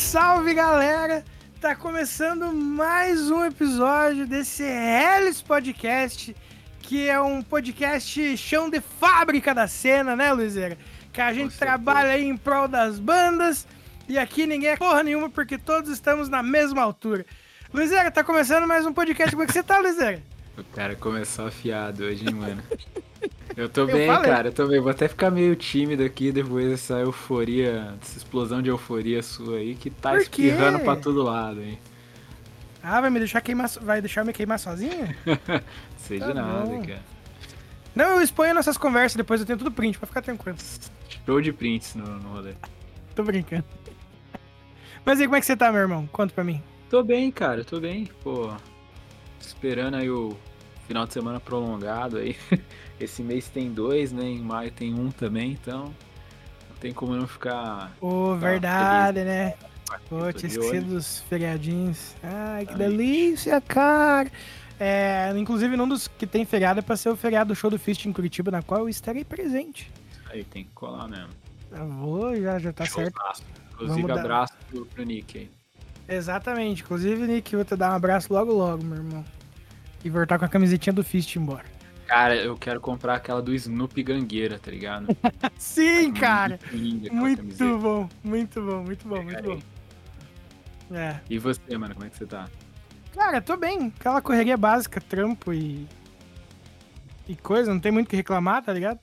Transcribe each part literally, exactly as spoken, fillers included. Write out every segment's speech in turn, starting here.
salve, galera! Tá começando mais um episódio desse Hellis Podcast, que é um podcast chão de fábrica da cena, né, Luizeira? Que a gente trabalha aí em prol das bandas e aqui ninguém é porra nenhuma porque todos estamos na mesma altura. Luizeira, tá começando mais um podcast. Como é que você tá, Luizeira? O cara começou afiado hoje, hein, mano? Eu tô Eu bem, falei. cara, eu tô bem. Vou até ficar meio tímido aqui depois dessa euforia, dessa explosão de euforia sua aí, que tá Por quê? espirrando pra todo lado, hein? Ah, vai me deixar queimar, vai deixar eu me queimar sozinho? Sei Tá de nada, bom. cara. Não, eu exponho nossas conversas, depois eu tenho tudo print, pra ficar tranquilo. Show de prints no, no rolê. Tô brincando. Mas aí, como é que você tá, meu irmão? Conta pra mim. Tô bem, cara, tô bem. Pô, esperando aí o final de semana prolongado aí. Esse mês tem dois, né? Em maio tem um também, então não tem como não ficar... Ô, tá verdade, né? Pô, Tô tinha de esquecido olho. dos feriadinhos. Ai, que Ai. delícia, cara. É, inclusive, num dos que tem feriado é pra ser o feriado do Show do Fist em Curitiba, na qual eu estarei presente. Aí tem que colar mesmo. Eu vou, já, já tá certo. Showzaço. Inclusive, Vamos dar- abraço pro, pro Nick aí. Exatamente. Inclusive, Nick, eu vou te dar um abraço logo, logo, meu irmão. E voltar com a camisetinha do Fist embora. Cara, eu quero comprar aquela do Snoopy Gangueira, tá ligado? Sim, cara. Muito linda aquela Muito camiseta. bom, muito bom, muito bom, muito bom. É. E você, mano, como é que você tá? Cara, tô bem. Aquela correria básica, trampo e. E coisa, não tem muito o que reclamar, tá ligado?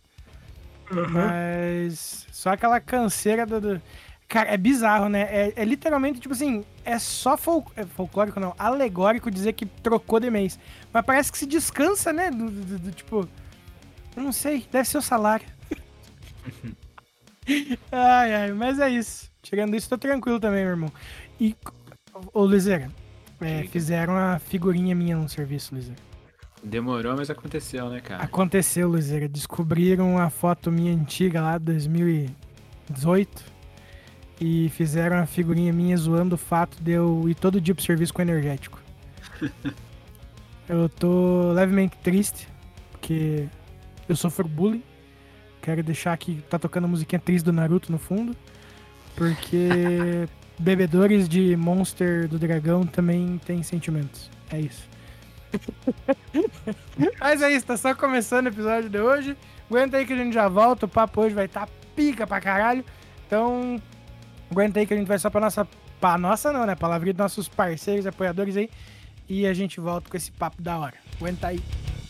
Mas. Só aquela canseira do. do- Cara, é bizarro, né? É, é literalmente, tipo assim, é só fol... é folclórico, não, alegórico dizer que trocou de mês. Mas parece que se descansa, né? Do, do- do- do, tipo. Eu não sei, deve ser o salário. Ai, ai, mas é isso. Tirando isso, tô tranquilo também, meu irmão. E, ô Luizera, é, Diga. fizeram a figurinha minha no serviço, Luizera. Demorou, mas aconteceu, né, cara? Aconteceu, Luizera. Descobriram a foto minha antiga lá de dois mil e dezoito e fizeram a figurinha minha zoando o fato de eu ir todo dia pro serviço com energético. Eu tô levemente triste, porque eu sofro bullying. Quero deixar aqui, tá tocando a musiquinha triste do Naruto no fundo, porque bebedores de Monster do Dragão também têm sentimentos. É isso. Mas é isso, tá só começando o episódio de hoje. Aguenta aí que a gente já volta, o papo hoje vai estar pica pra caralho. Então, aguenta aí que a gente vai só pra nossa... Pra nossa não, né? Palavrinha dos nossos parceiros, apoiadores aí. E a gente volta com esse papo da hora. Aguenta aí.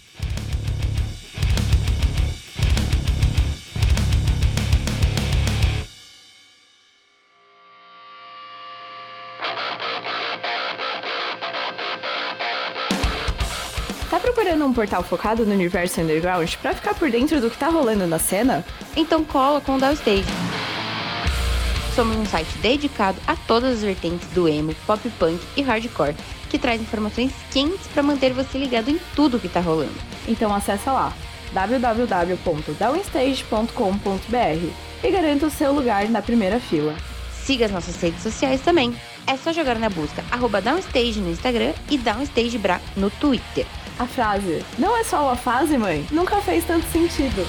Tá procurando um portal focado no universo underground pra ficar por dentro do que tá rolando na cena? Então cola com o Downstage. Somos um site dedicado a todas as vertentes do emo, pop punk e hardcore, que traz informações quentes pra manter você ligado em tudo que tá rolando. Então acessa lá w w w ponto downstage ponto com ponto b r e garanta o seu lugar na primeira fila. Siga as nossas redes sociais também. É só jogar na busca arroba Downstage no Instagram e DownstageBra no Twitter. A frase "não é só uma fase, mãe" nunca fez tanto sentido.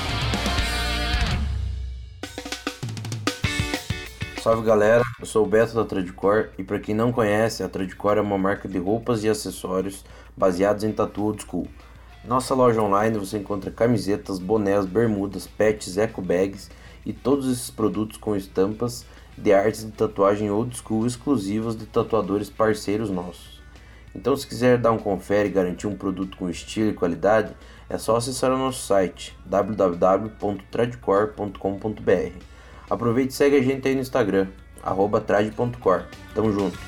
Salve galera, eu sou o Beto da Tradicore e pra quem não conhece, a Tradicore é uma marca de roupas e acessórios baseados em tatu old school. Nossa loja online você encontra camisetas, bonés, bermudas, patches, eco bags e todos esses produtos com estampas de artes de tatuagem old school exclusivas de tatuadores parceiros nossos. Então se quiser dar um confere e garantir um produto com estilo e qualidade, é só acessar o nosso site w w w ponto tradicore ponto com ponto b r. Aproveite e segue a gente aí no Instagram, arroba trad ponto core. Tamo junto.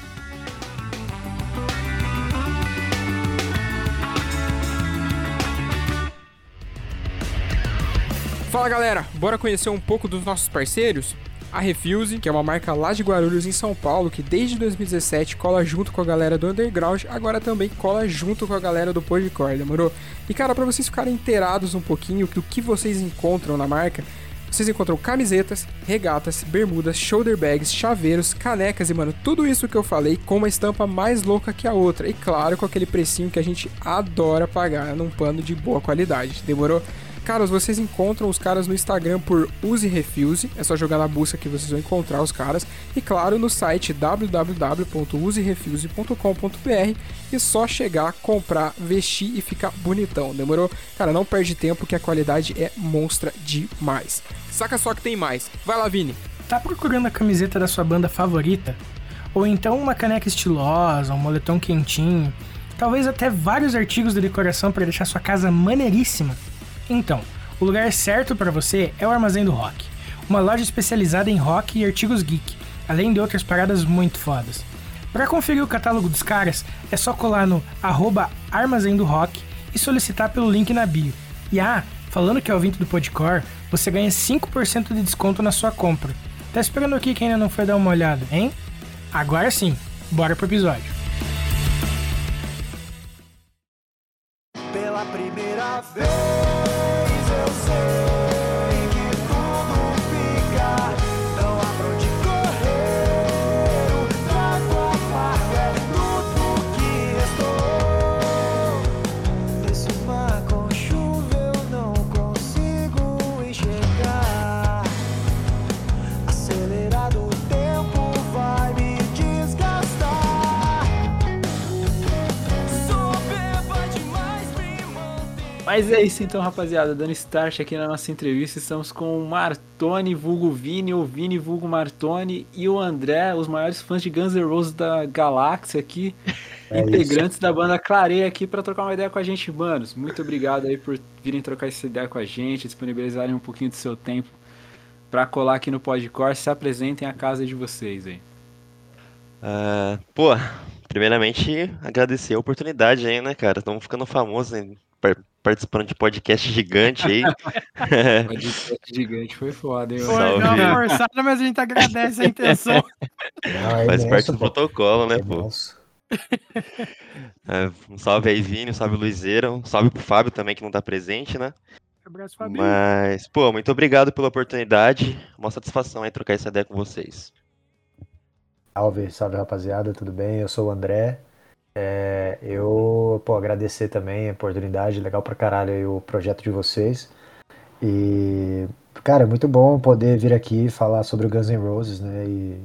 Fala galera, bora conhecer um pouco dos nossos parceiros? A Refuse, que é uma marca lá de Guarulhos em São Paulo, que desde dois mil e dezessete cola junto com a galera do Underground, agora também cola junto com a galera do Podcore, demorou? E cara, pra vocês ficarem inteirados um pouquinho do que vocês encontram na marca, vocês encontram camisetas, regatas, bermudas, shoulder bags, chaveiros, canecas e, mano, tudo isso que eu falei com uma estampa mais louca que a outra. E claro, com aquele precinho que a gente adora pagar num pano de boa qualidade, demorou? Caras, vocês encontram os caras no Instagram por Use Refuse, é só jogar na busca que vocês vão encontrar os caras, e claro, no site w w w ponto use refuse ponto com ponto b r, e só chegar, comprar, vestir e ficar bonitão, demorou? Cara, não perde tempo que a qualidade é monstra demais. Saca só que tem mais. Vai lá, Vini. Tá procurando a camiseta da sua banda favorita? Ou então uma caneca estilosa, um moletom quentinho, talvez até vários artigos de decoração para deixar sua casa maneiríssima? Então, o lugar certo para você é o Armazém do Rock, uma loja especializada em rock e artigos geek, além de outras paradas muito fodas. Para conferir o catálogo dos caras, é só colar no arroba Armazém do Rock e solicitar pelo link na bio. E ah, falando que é ouvinte do Podcore, você ganha cinco por cento de desconto na sua compra. Tá esperando aqui quem ainda não foi dar uma olhada, hein? Agora sim, bora pro episódio. Pela primeira vez eu sei que tudo fica, não há pra onde correr, o trago amargo é tudo que restou. Nesse mar com chuva eu não consigo enxergar, acelerado o tempo vai me desgastar, soberba demais me manter. Mas é isso então, rapaziada, dando start aqui na nossa entrevista, estamos com o Martoni, vulgo Vini, ou Vini, vulgo Martoni, e o André, os maiores fãs de Guns N' Roses da galáxia aqui, É integrantes da banda Clareia aqui para trocar uma ideia com a gente, manos. Muito obrigado aí por virem trocar essa ideia com a gente, disponibilizarem um pouquinho do seu tempo para colar aqui no Podcore. Se apresentem a casa de vocês aí. Ah, pô, primeiramente agradecer a oportunidade aí, né, cara? Estamos ficando famosos, né? Par- participando de podcast gigante aí. Podcast gigante foi foda, hein? Foi, Salve. deu uma forçada, mas a gente agradece a intenção. Não, é Faz imenso, parte do pô. protocolo, né, É pô? imenso. Ah, um salve aí, Vini, um salve Luizeira, um salve pro Fábio também que não tá presente, né? Abraço, Fabinho. Mas, pô, muito obrigado pela oportunidade. Uma satisfação aí trocar essa ideia com vocês. Salve, salve rapaziada, tudo bem? Eu sou o André. É, eu, pô, agradecer também a oportunidade, legal pra caralho aí o projeto de vocês. E, cara, é muito bom poder vir aqui falar sobre o Guns N' Roses, né? E...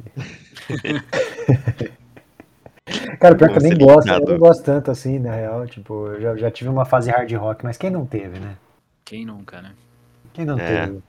Cara, pior que eu nem Você gosto, eu ligado. não gosto tanto assim, na real. Tipo, eu já, já tive uma fase hard rock, mas quem não teve, né? Quem nunca, né? Quem não É. teve?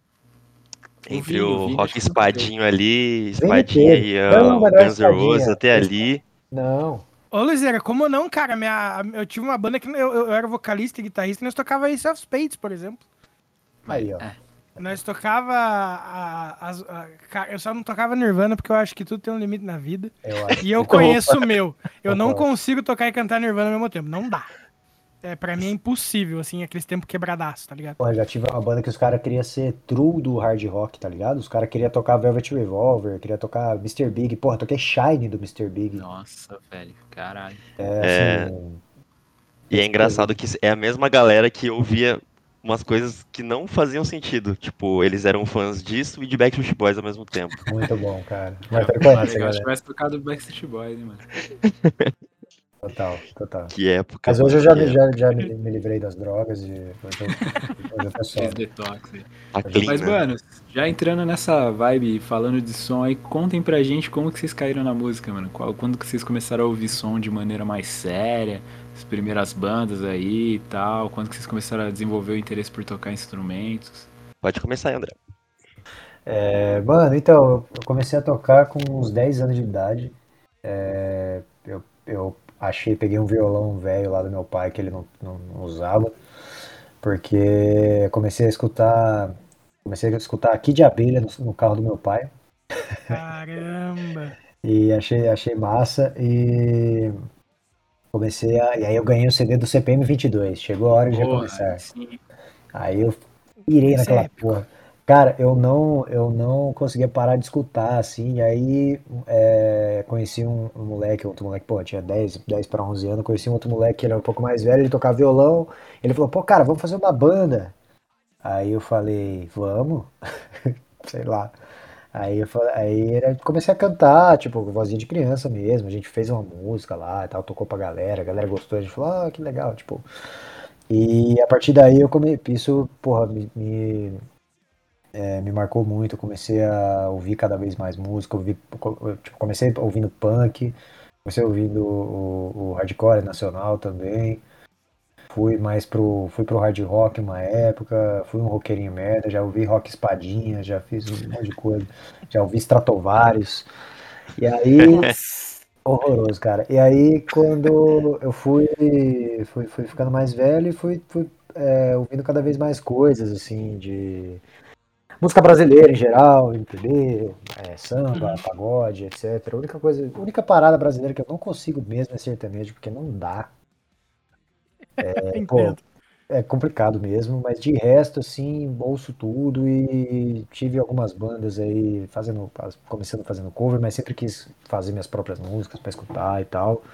Entre Vini, o o Vini rock acho que não espadinho ali, espadinha teve. e Não, ó, o mas não é Guns N' Roses espadinha. até ali. Não. Ô, Luizeira, como não, cara? Minha, eu tive uma banda que eu, eu, eu era vocalista e guitarrista e nós tocava Ace of Spades, por exemplo. Aí, ó. É. Nós tocava a, as- a- ca- eu só não tocava Nirvana porque eu acho que tudo tem um limite na vida. Eu acho. E eu conheço o meu. Eu não Concordo. consigo tocar e cantar Nirvana ao mesmo tempo. Não dá. É, pra mim é impossível, assim, aqueles tempos quebradaço, tá ligado? Porra, já tive uma banda que os caras queriam ser true do hard rock, tá ligado? Os caras queriam tocar Velvet Revolver, queriam tocar mister Big. Porra, toquei Shine do mister Big. Nossa, velho, caralho. É, assim, E é engraçado que é a mesma galera que ouvia umas coisas que não faziam sentido. Tipo, eles eram fãs disso e de Backstreet Boys ao mesmo tempo. muito bom, cara. Mas É, eu conheço, legal, se galera. tivesse tocado Backstreet Boys, hein, mano. Total, total. Que época. Mas hoje eu já, que me- época. já, já me, me livrei das drogas e hoje eu, hoje eu tô só. Fez detox aí. A clean, Mas, né? mano, já entrando nessa vibe, falando de som aí, contem pra gente como que vocês caíram na música, mano. Qual, quando que vocês começaram a ouvir som de maneira mais séria, as primeiras bandas aí e tal, quando que vocês começaram a desenvolver o interesse por tocar instrumentos. Pode começar aí, André. É, mano, então, eu comecei a tocar com uns dez anos de idade. É, eu, eu achei, peguei um violão velho lá do meu pai que ele não, não, não usava, porque comecei a escutar, comecei a escutar Kid de Abelha no, no carro do meu pai Caramba. e achei, achei massa e comecei a, e aí eu ganhei o C D do C P M vinte e dois, chegou a hora de Porra, recomeçar. sim. Aí eu pirei Esse é naquela épico. porra. Cara, eu não, eu não conseguia parar de escutar, assim, e aí é, conheci um, um moleque, outro moleque, pô, tinha dez dez para onze anos, conheci um outro moleque, ele era um pouco mais velho, ele tocava violão, ele falou, pô, cara, vamos fazer uma banda. Aí eu falei, vamos? Sei lá. Aí eu falei, aí era- comecei a cantar, tipo, vozinha de criança mesmo, a gente fez uma música lá e tal, tocou pra galera, a galera gostou, a gente falou, ah, que legal, tipo... E a partir daí eu come... isso, porra, me, me, é, me marcou muito. Eu comecei a ouvir cada vez mais música. Ouvi, co- tipo, comecei ouvindo punk, comecei ouvindo o, o hardcore nacional também. Fui mais pro, fui pro hard rock uma época, fui um roqueirinho merda, já ouvi rock espadinha, já fiz um monte de coisa, já ouvi Stratovarius. E aí, horroroso, cara. E aí, quando eu fui, fui, fui ficando mais velho e fui, fui é, ouvindo cada vez mais coisas, assim, de música brasileira em geral, M P B, é, samba, pagode, etcétera. A única coisa, a única parada brasileira que eu não consigo mesmo é sertanejo, porque não dá. É, pô, Entendo. é complicado mesmo, mas de resto, assim, ouço tudo e tive algumas bandas aí fazendo, começando fazendo cover, mas sempre quis fazer minhas próprias músicas pra escutar e tal.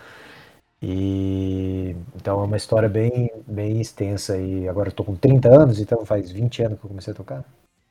E então é uma história bem, bem extensa e agora eu tô com trinta anos, então faz vinte anos que eu comecei a tocar.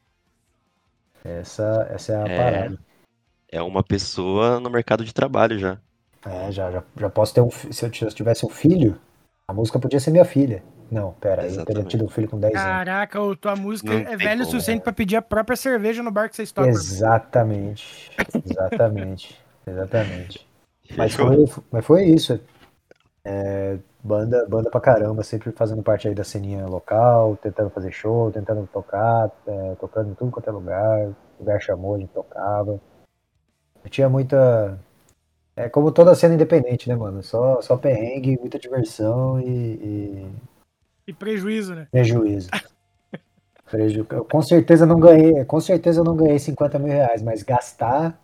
Essa, essa é a É, parada. é uma pessoa no mercado de trabalho já. É, já, já, já posso ter um, fi- se eu t- se eu tivesse um filho, a música podia ser minha filha. Não, pera, aí eu teria tido um Exatamente. filho com dez anos. Caraca, ô, tua música Não é tem velho o como. suficiente pra pedir a própria cerveja no bar que vocês tocam, irmão. Exatamente, exatamente, exatamente. Mas Fechou. foi, mas foi isso. Banda, banda pra caramba, sempre fazendo parte aí da ceninha local, tentando fazer show, tentando tocar, é, tocando em tudo quanto é lugar. O lugar chamou, a gente tocava. Eu tinha muita. É como toda cena independente, né, mano? Só, só perrengue, muita diversão e, e E prejuízo, né? prejuízo. Preju... Eu, com certeza não ganhei, com certeza eu não ganhei cinquenta mil reais, mas gastar,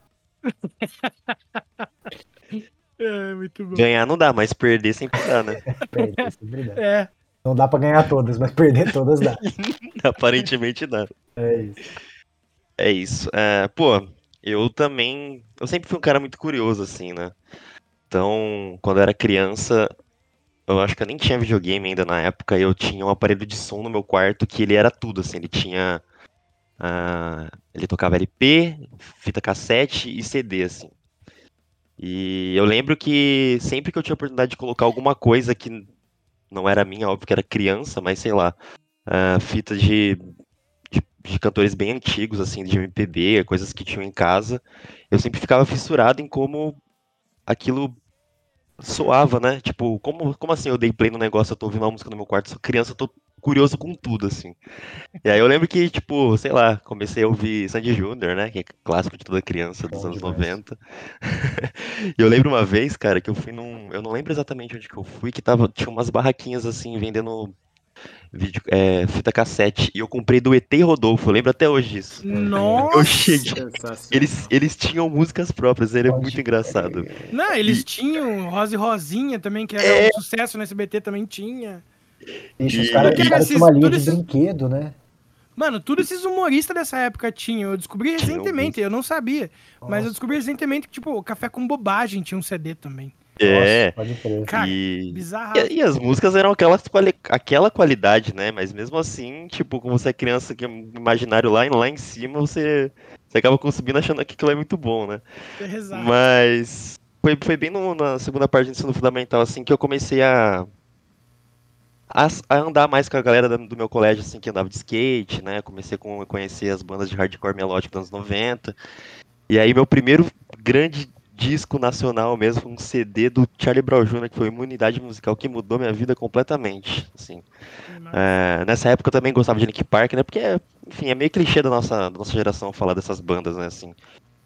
É, muito bom. Ganhar não dá, mas perder sempre dá, né? perder sempre dá. É, Não dá pra ganhar todas, mas perder todas dá. Aparentemente dá. É isso. É isso. É, pô, eu também. Eu sempre fui um cara muito curioso, assim, né? Então, quando eu era criança, eu acho que eu nem tinha videogame ainda na época, e eu tinha um aparelho de som no meu quarto que ele era tudo, assim. Ele tinha. ah, ele tocava L P, fita cassete e C D, assim. E eu lembro que sempre que eu tinha a oportunidade de colocar alguma coisa que não era minha, óbvio que era criança, mas sei lá, ah, fita de, de, de cantores bem antigos, assim, de M P B, coisas que tinham em casa, eu sempre ficava fissurado em como aquilo soava, né? Tipo, como, como assim eu dei play no negócio, eu tô ouvindo uma música no meu quarto, sou criança, eu tô curioso com tudo, assim. E aí eu lembro que, tipo, sei lá, comecei a ouvir Sandy Júnior, né? Que é clássico de toda criança dos Bom anos demais. noventa. E eu lembro uma vez, cara, que eu fui num. Eu não lembro exatamente onde que eu fui, que tava, tinha umas barraquinhas assim, vendendo vídeo, é, fita cassete. E eu comprei do E T e Rodolfo, eu lembro até hoje disso. Eu nossa! cheguei. Eles, eles tinham músicas próprias, era muito Pode engraçado. crer. Não, E, eles tinham Rosa e Rosinha também, que era um sucesso no S B T, também tinha. Ixi, os e, caras os Porque e cara tinham esses, uma linha todos de esses, brinquedo, né? mano, todos esses humoristas dessa época tinham. Eu descobri tinham recentemente, eu música. não sabia. Mas eu Nossa, descobri recentemente que, tipo, o Café com Bobagem tinha um C D também. nossa, É, pode crer. Cara, e, bizarraço. e, e as músicas eram aquela, quali- aquela qualidade, né? Mas mesmo assim, tipo, como você é criança, que é um imaginário lá, em- lá em cima, você, você acaba consumindo achando que aquilo é muito bom, né? Exato. Mas foi, foi bem no- na segunda parte do ensino fundamental, assim, que eu comecei a, a, a andar mais com a galera da- do meu colégio, assim, que andava de skate, né? Comecei com- a conhecer as bandas de hardcore melódico dos anos noventa. E aí, meu primeiro grande disco nacional mesmo, foi um C D do Charlie Brown júnior, que foi uma unidade musical que mudou minha vida completamente, assim. Animais. É, nessa época eu também gostava de Linkin Park, né? Porque, enfim, é meio clichê da nossa, da nossa geração falar dessas bandas, né? Assim.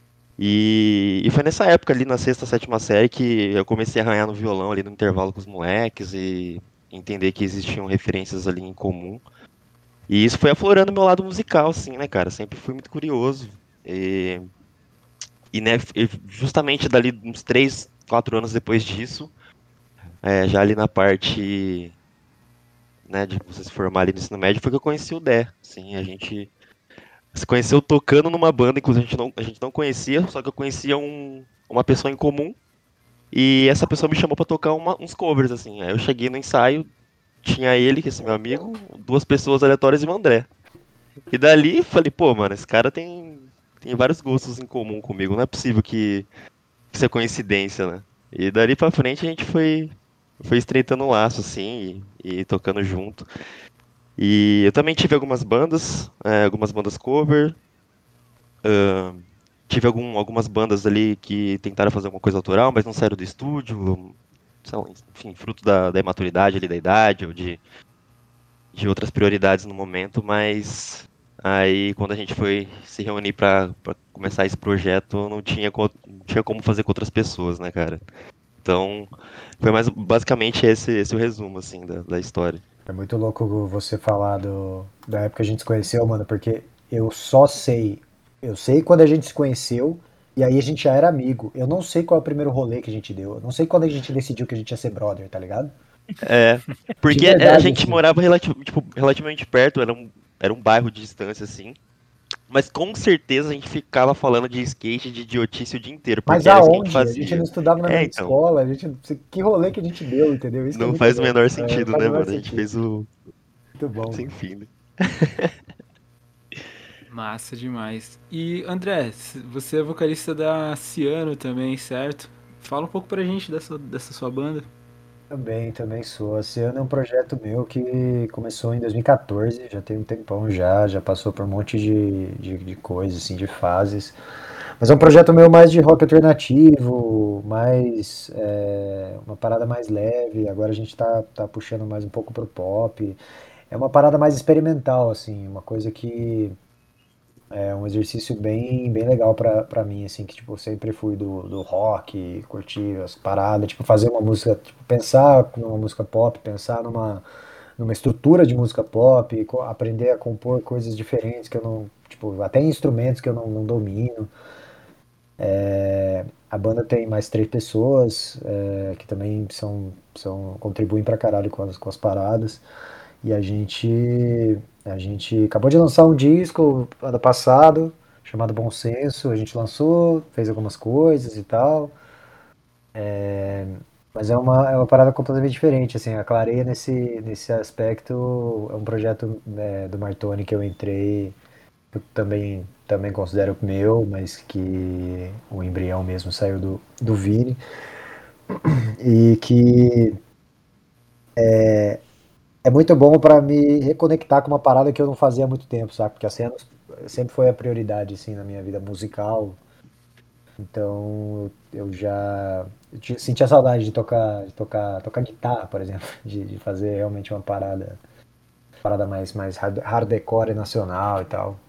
E, e foi nessa época ali, na sexta, sétima série, que eu comecei a arranhar no violão ali no intervalo com os moleques e entender que existiam referências ali em comum. E isso foi aflorando meu lado musical, assim, né, cara? Sempre fui muito curioso. E, e né, e justamente dali uns três, quatro anos depois disso, é, já ali na parte, né, de você se formar ali no ensino médio, foi que eu conheci o Dé. Assim, a gente se conheceu tocando numa banda, inclusive a gente não, a gente não conhecia, só que eu conhecia um, uma pessoa em comum. E essa pessoa me chamou pra tocar uma- uns covers, assim. Aí eu cheguei no ensaio, tinha ele, que é esse meu amigo, duas pessoas aleatórias e o André. E dali falei, pô, mano, esse cara tem, tem vários gostos em comum comigo, não é possível que, que isso é coincidência, né? E dali pra frente a gente foi, foi estreitando o laço, assim, e, e tocando junto. E eu também tive algumas bandas, é, algumas bandas cover. ahn, tive algum, algumas bandas ali que tentaram fazer alguma coisa autoral, mas não saíram do estúdio. São, enfim, fruto da, da imaturidade ali, da idade, ou de, de outras prioridades no momento, mas aí quando a gente foi se reunir pra, pra começar esse projeto, não tinha, co- não tinha como fazer com outras pessoas, né, cara? Então, foi mais basicamente esse, esse o resumo, assim, da, da história. É muito louco você falar do, da época que a gente se conheceu, mano, porque eu só sei, eu sei quando a gente se conheceu e aí a gente já era amigo. Eu não sei qual é o primeiro rolê que a gente deu. Eu não sei quando a gente decidiu que a gente ia ser brother, tá ligado? É, De porque a verdade, gente assim. morava relati- tipo, relativamente perto, era um, era um bairro de distância, assim. Mas com certeza a gente ficava falando de skate, de idiotice o dia inteiro, Mas porque era isso que a gente aonde? A gente não fazia. estudava na É, mesma então, escola, a gente, que rolê que a gente deu, entendeu? Isso que é não muito faz o louco. menor É, sentido, faz o né, menor mano? A gente sentido. fez o Muito bom, sem mano. fim, né? Massa demais. E André, s- você é vocalista da Ciano também, certo? Fala um pouco pra gente dessa, dessa sua banda. Também, também sou. Esse ano é um projeto meu que começou em dois mil e quatorze, já tem um tempão já, já passou por um monte de, de, de coisas, assim, de fases. Mas é um projeto meu mais de rock alternativo, mais é, uma parada mais leve. Agora a gente tá, tá puxando mais um pouco pro pop. É uma parada mais experimental, assim, uma coisa que é um exercício bem, bem legal pra, pra mim, assim, que, tipo, eu sempre fui do, do rock, curtir as paradas, tipo, fazer uma música, tipo, pensar numa música pop, pensar numa, numa estrutura de música pop, co- aprender a compor coisas diferentes que eu não, tipo, até instrumentos que eu não, não domino. A banda tem mais três pessoas, é, que também são, são, contribuem pra caralho com as, com as paradas. E a gente, a gente acabou de lançar um disco ano passado, chamado Bom Senso. A gente lançou, fez algumas coisas e tal. Mas é uma, é uma parada completamente diferente, assim, a Clareia nesse, nesse aspecto é um projeto, né, do Martoni que eu entrei, que eu também, também considero meu, mas que o embrião mesmo saiu do, do Vini, e que é muito bom pra me reconectar com uma parada que eu não fazia há muito tempo, sabe? Porque a cena sempre foi a prioridade, assim, na minha vida musical. Então eu já eu ti- sentia saudade de tocar, de tocar, tocar guitarra, por exemplo, de, de fazer realmente uma parada, parada mais, mais hard, hardcore nacional e tal.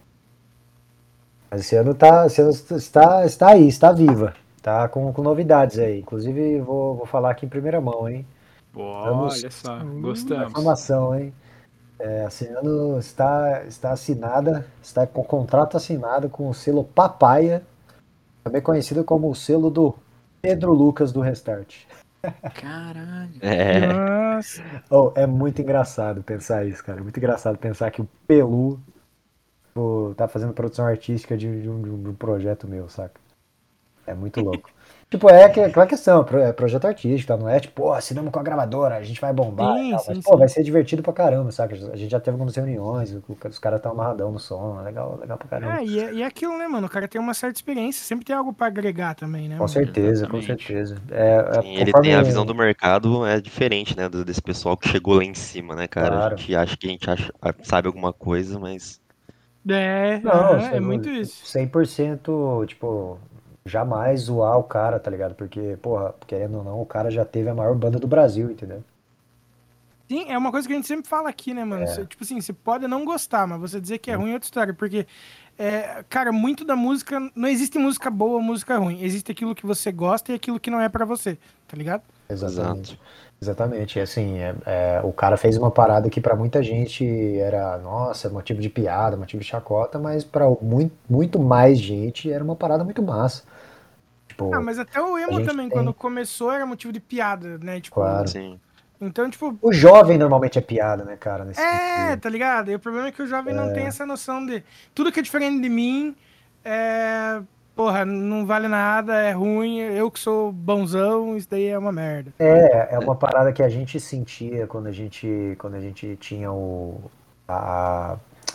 Mas esse ano tá, esse ano está, está aí, está viva, tá com, com novidades aí. Inclusive vou, vou falar aqui em primeira mão, hein? Pô, Estamos olha só, na gostamos. informação, hein? É, a Ciano está, está assinada, está com contrato assinado com o selo Papaya, também conhecido como o selo do Pedro Lucas do Restart. Caralho. É, Nossa. Oh, é muito engraçado pensar isso, cara. É muito engraçado pensar que o Pelu, pô, tá fazendo produção artística de, de um, de um- de um projeto meu, saca? É muito louco. Tipo, é que- aquela questão, pro- é projeto artístico, tá? Não é tipo, pô, assinamos com a gravadora, a gente vai bombar e Sim, tal. Mas, sim, pô, vai sim. ser divertido pra caramba, saca? A gente já teve algumas reuniões, o- os caras estão amarradão no som, é legal, legal pra caramba. É, e é, e é aquilo, né, mano? O cara tem uma certa experiência, sempre tem algo pra agregar também, né, Com mano? certeza, com Exatamente. certeza. É, é, sim, ele tem a visão conforme. do mercado é diferente, né, do- desse pessoal que chegou lá em cima, né, cara? A Claro. gente acha que a gente acha, sabe alguma coisa, mas É, Não, aham, é muito isso. cem por cento, tipo, jamais zoar o cara, tá ligado? Porque, porra, querendo ou não, o cara já teve a maior banda do Brasil, entendeu? Sim, é uma coisa que a gente sempre fala aqui, né, mano? Cê- É, tipo assim, você pode não gostar, mas você dizer que é sim, ruim é outra história. Porque, é, cara, muito da música. Não existe música boa ou música ruim. Existe aquilo que você gosta e aquilo que não é pra você, tá ligado? exatamente. exato. Exatamente. E assim, é, é, o cara fez uma parada que pra muita gente era, nossa, motivo de piada, motivo de chacota, mas pra muito, muito mais gente era uma parada muito massa. Ah, Tipo, mas até o a emo gente também, quando tem, começou, era motivo de piada, né? Tipo. claro. Sim. Então, tipo. O jovem normalmente é piada, né, cara, nesse É, sentido. tá ligado? E o problema é que o jovem não tem essa noção de. Tudo que é diferente de mim é. Porra, não vale nada, é ruim, eu que sou bonzão, isso daí é uma merda. É, é uma parada que a gente sentia quando a gente, quando a gente tinha o, a,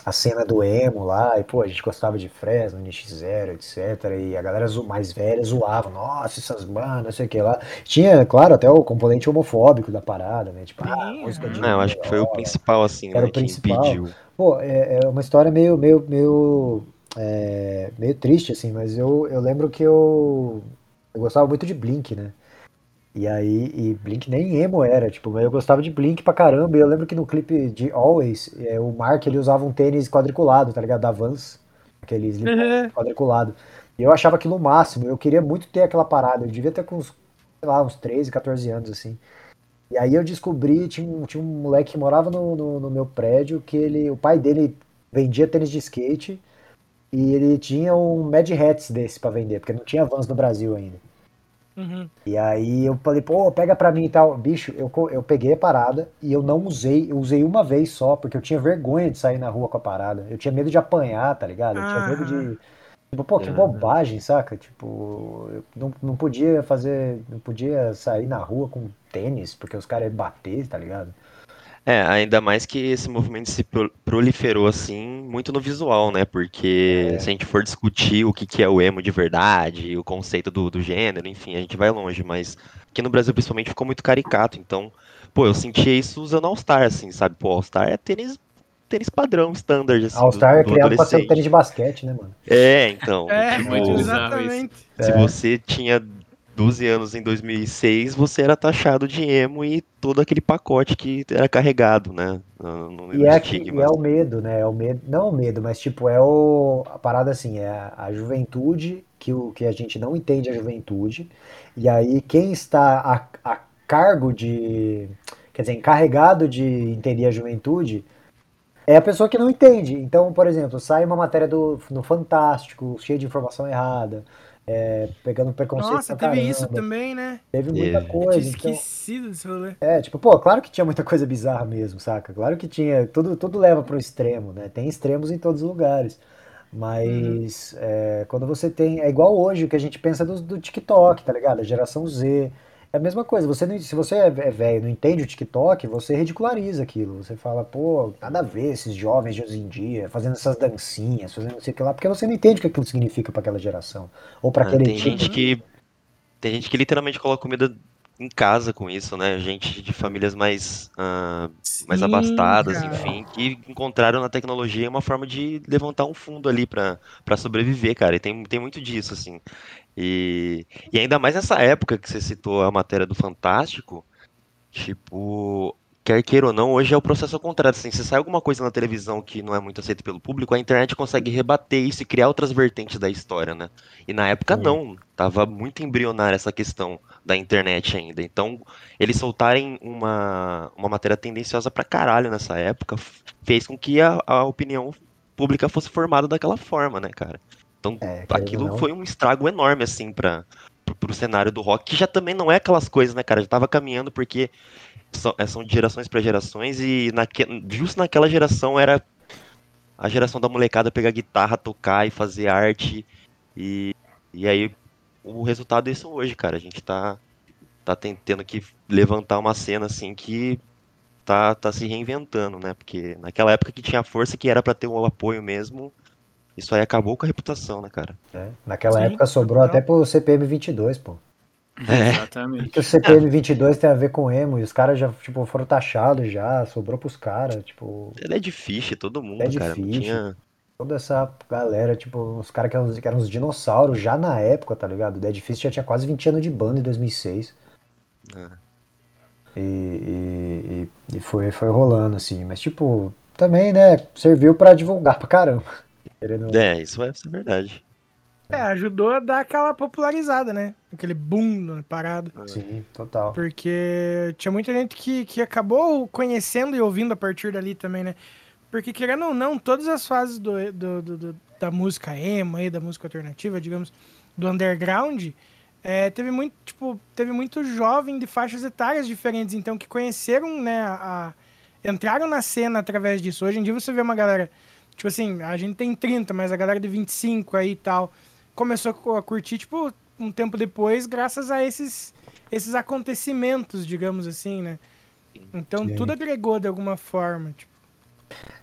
a cena do emo lá, e pô, a gente gostava de Fresno, N X Zero, etcétera. E a galera zo- mais velha zoava, nossa, essas bandas, não sei o que lá. Tinha, claro, até o componente homofóbico da parada, né? Tipo, ah, Sim, música de aham. Não, eu acho que foi o boiola, principal, assim, era o né, que principal. impediu. Pô, é, é uma história meio, meio, meio, é, meio triste, assim, mas eu, eu lembro que eu, eu gostava muito de Blink, né? E aí, e Blink nem emo era, tipo, mas eu gostava de Blink pra caramba. E eu lembro que no clipe de Always, é, o Mark ele usava um tênis quadriculado, tá ligado? Da Vans, aquele slip Uhum. quadriculado. E eu achava aquilo o máximo. Eu queria muito ter aquela parada. Eu devia ter com uns, sei lá, uns treze, quatorze anos, assim. E aí eu descobri, tinha um, tinha um moleque que morava no, no, no meu prédio, que ele, o pai dele vendia tênis de skate e ele tinha um Mad Hats desse pra vender, porque não tinha Vans no Brasil ainda. Uhum. E aí eu falei, pô, pega pra mim e tal. Bicho, eu, co- eu peguei a parada e eu não usei, eu usei uma vez só, porque eu tinha vergonha de sair na rua com a parada. Eu tinha medo de apanhar, tá ligado? Eu tinha medo Aham. de. Tipo, pô, que Aham. bobagem, saca? Tipo, eu não, não podia fazer. Não podia sair na rua com tênis, porque os caras iam bater, tá ligado? É, ainda mais que esse movimento se pro- proliferou assim muito no visual, né? Porque se a gente for discutir o que que é o emo de verdade, o conceito do, do gênero, enfim, a gente vai longe, mas aqui no Brasil principalmente ficou muito caricato. Então, pô, eu sentia isso usando All-Star, assim, sabe? Pô, All-Star é tênis, tênis padrão, standard, assim, do, All-Star é do criado pra ser um tênis de adolescente. basquete, né, mano? É, então, É, É muito tipo, bizarro isso. exatamente. se É, você tinha doze anos em dois mil e seis, você era taxado de emo e todo aquele pacote que era carregado, né? No, no- e no é, que, e estigma. é o medo, né? É o medo, não o medo, mas tipo, é o, a parada assim, é a, a juventude que, o, que a gente não entende a juventude, e aí quem está a, a cargo de, quer dizer, encarregado de entender a juventude é a pessoa que não entende. Então, por exemplo, sai uma matéria do, no Fantástico, cheia de informação errada, é, pegando preconceito Nossa, pra teve isso caramba, também, né? teve muita Teve. Eu tinha coisa, então. esquecido desse rolê. É, tipo, pô, claro que tinha muita coisa bizarra mesmo, saca? Claro que tinha, tudo, tudo leva para um extremo, né? Tem extremos em todos os lugares. Uhum. Mas é, quando você tem. É igual hoje o que a gente pensa do, do TikTok, tá ligado? A geração Z. É a mesma coisa. Você não- se você é é velho e não entende o TikTok, você ridiculariza aquilo. Você fala, pô, nada a ver esses jovens de hoje em dia, fazendo essas dancinhas, fazendo não sei o que lá, porque você não entende o que aquilo significa para aquela geração. Ou para Ah, aquele tem tipo. gente Uhum. que tem gente que literalmente coloca comida em casa com isso, né? Gente de famílias mais ah, mais Sim, abastadas, cara. enfim, que encontraram na tecnologia uma forma de levantar um fundo ali para para sobreviver, cara. E tem, tem muito disso, assim. E, e ainda mais nessa época que você citou a matéria do Fantástico. Tipo, quer queira ou não, hoje é o processo ao contrário. Assim, se sai alguma coisa na televisão que não é muito aceita pelo público, a internet consegue rebater isso e criar outras vertentes da história, né? E na época Sim. não, tava muito embrionária essa questão da internet ainda. Então, eles soltarem uma, uma matéria tendenciosa pra caralho nessa época f- fez com que a, a opinião pública fosse formada daquela forma, né, cara? Então, É, querendo ou aquilo não. foi um estrago enorme, assim, pra, pro, pro cenário do rock, que já também não é aquelas coisas, né, cara? Já tava caminhando porque são, é, são de gerações para gerações e naque, justo naquela geração era a geração da molecada pegar guitarra, tocar e fazer arte e, e aí o resultado é isso hoje, cara. A gente tá, tá tentando que levantar uma cena assim que tá, tá se reinventando, né? Porque naquela época que tinha força, que era para ter o apoio mesmo, isso aí acabou com a reputação, né, cara? Né? Naquela Sim, época sobrou até total. pro C P M vinte e dois, pô. É, O que o Exatamente. é, C P M vinte e dois tem a ver com emo? E os caras já, tipo, foram taxados já, sobrou pros caras, tipo, ele é difícil, todo mundo, Dead cara. Não Fish, tinha. toda essa galera, tipo, uns caras que, eram uns- que eram uns dinossauros já na época, tá ligado? O Dead Fish já tinha quase vinte anos de banda em dois mil e seis. Ah, E, e, e, e foi, foi rolando, assim. Mas, tipo, também, né, serviu pra divulgar pra caramba. Querendo ou não. É, isso é, isso é verdade. É, ajudou a dar aquela popularizada, né? Aquele boom na parada. Sim, total. Porque tinha muita gente que, que acabou conhecendo e ouvindo a partir dali também, né? Porque, querendo ou não, todas as fases do, do- do- do- da música emo aí, da música alternativa, digamos, do underground, é, teve muito, tipo, teve muito jovem de faixas etárias diferentes, então, que conheceram, né, a, a- entraram na cena através disso. Hoje em dia você vê uma galera, tipo assim, a gente tem trinta, mas a galera de vinte e cinco aí e tal, começou a cu- a curtir, tipo, um tempo depois, graças a esses, esses acontecimentos, digamos assim, né? Então, tudo Sim. agregou de alguma forma, tipo.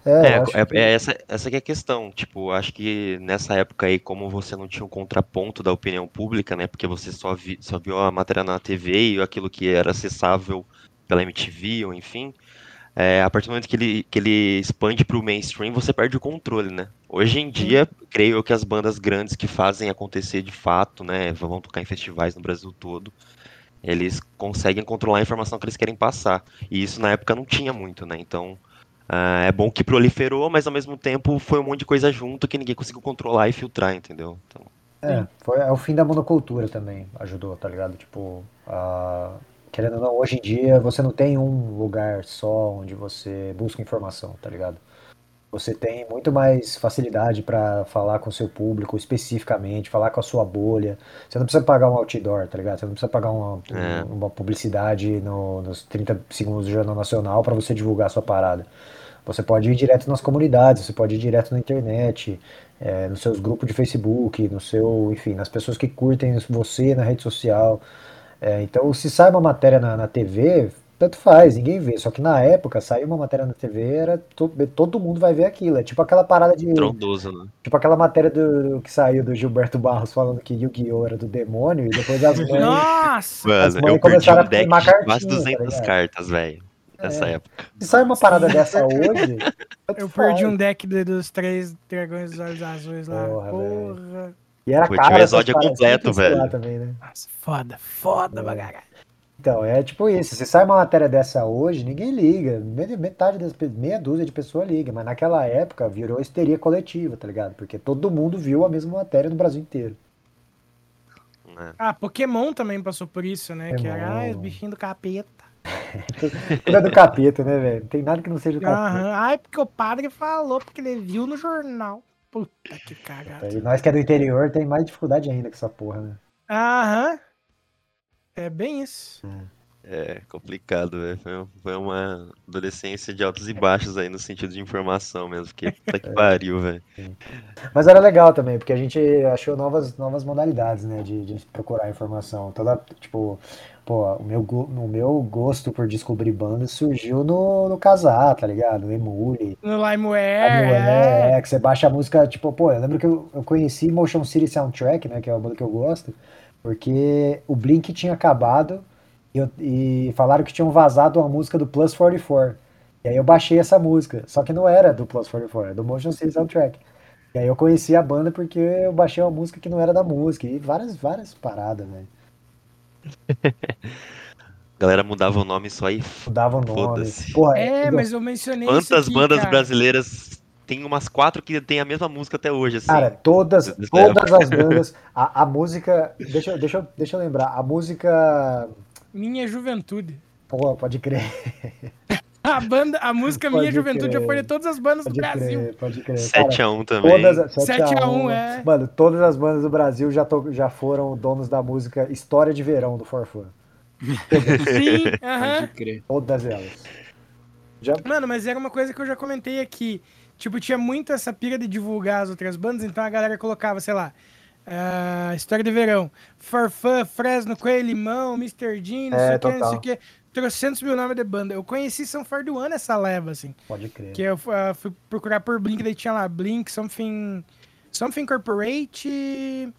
É, É, eu acho é, que. é essa, essa que é a questão. Tipo, acho que nessa época aí, como você não tinha um contraponto da opinião pública, né? Porque você só, vi, só viu a matéria na T V e aquilo que era acessável pela M T V, ou enfim. É, a partir do momento que ele, que ele expande para o mainstream, você perde o controle, né? Hoje em Sim. dia, creio eu que as bandas grandes que fazem acontecer de fato, né? Vão tocar em festivais no Brasil todo, eles conseguem controlar a informação que eles querem passar. E isso na época não tinha muito, né? Então, ah, é bom que proliferou, mas ao mesmo tempo foi um monte de coisa junto que ninguém conseguiu controlar e filtrar, entendeu? Então, É, foi, é o fim da monocultura também, ajudou, tá ligado? Tipo, a- querendo ou não, hoje em dia você não tem um lugar só onde você busca informação, tá ligado? Você tem muito mais facilidade pra falar com o seu público especificamente, falar com a sua bolha. Você não precisa pagar um outdoor, tá ligado? Você não precisa pagar uma, é, um- uma publicidade no- nos trinta segundos do Jornal Nacional pra você divulgar a sua parada. Você pode ir direto nas comunidades, você pode ir direto na internet, é, nos seus grupos de Facebook, no seu, enfim, nas pessoas que curtem você na rede social. É, então, se sai uma matéria na, na T V, tanto faz, ninguém vê. Só que na época, sair uma matéria na T V era to- todo mundo vai ver aquilo. É tipo aquela parada de, trondoso, né? tipo aquela matéria do, que saiu do Gilberto Barros falando que Yu-Gi-Oh era do demônio e depois as mães, Nossa! as Mano, eu mães perdi começaram um a deck queimar de quase cartinha, tá duzentas ligado? cartas, velho, nessa É. época. Se sai uma parada Sim, dessa per- hoje, tanto eu perdi faz. um deck de- dos três dragões dos olhos azuis lá. Porra, velho. Porra. E era Pô, tinha o caro essas Exódia paradas, tinha que completo, sei lá velho. também, né? Nossa, foda, foda pra É. caralho. Então, é tipo isso. Se sai uma matéria dessa hoje, ninguém liga. Me- Metade das pe- meia dúzia de pessoas liga. Mas naquela época virou histeria coletiva, tá ligado? Porque todo mundo viu a mesma matéria no Brasil inteiro. Né? Ah, Pokémon também passou por isso, né? Que era ah, os Pokémon. bichinhos do capeta. Tudo é do capeta, né, velho? Não tem nada que não seja do capeta. Aham. Ai, porque o padre falou, porque ele viu no jornal. Puta que cagada. E nós que é do interior tem mais dificuldade ainda com essa porra, né? Aham. É bem isso. É complicado, velho. Foi, foi uma adolescência de altos e baixos aí no sentido de informação mesmo. Porque puta que pariu, velho. Mas era legal também, porque a gente achou novas, novas modalidades, né, de, de procurar informação. Toda, tipo, pô, o meu, go- o meu gosto por descobrir bandas surgiu no, no Kazaa, tá ligado? No Emule. No Sabe, Limeware, é, é. é, que você baixa a música, tipo, pô, eu lembro que eu, eu conheci Motion City Soundtrack, né, que é uma banda que eu gosto, porque o Blink tinha acabado e, eu- e falaram que tinham vazado uma música do Plus quarenta e quatro. E aí eu baixei essa música, só que não era do Plus quarenta e quatro, era do Motion City Soundtrack. E aí eu conheci a banda porque eu baixei uma música que não era da música, e várias, várias paradas, velho. A galera mudava o nome só e Mudava o nome. foda-se. Porra, É, eu mas eu mencionei isso Quantas aqui, bandas cara. brasileiras tem umas quatro que tem a mesma música até hoje, assim. Cara, todas, dessa todas época. as bandas, a, a música, deixa, eu- deixa, eu- deixa eu lembrar, a música, Minha Juventude. pô, pode crer, A banda, a música Minha Pode Juventude crer. já foi de todas as bandas do pode Brasil. crer, pode crer. Cara, sete a um também. todas, as- sete a um, é. Mano, todas as bandas do Brasil já, to- já foram donos da música História de Verão do Forfã. Sim, aham. Pode crer. Todas elas. Já, Mano, mas era uma coisa que eu já comentei aqui. Tipo, tinha muito essa pira de divulgar as outras bandas, então a galera colocava, sei lá, ah, História de Verão, Farfã, Fresno, Coelho Limão, mister Jean, não É, sei o que, não total. sei o que. Trocentos mil nomes de banda. Eu conheci São Farduan nessa leva, assim. pode crer. Que eu ah, fui procurar por Blink, daí tinha lá Blink, Something, Something Corporate,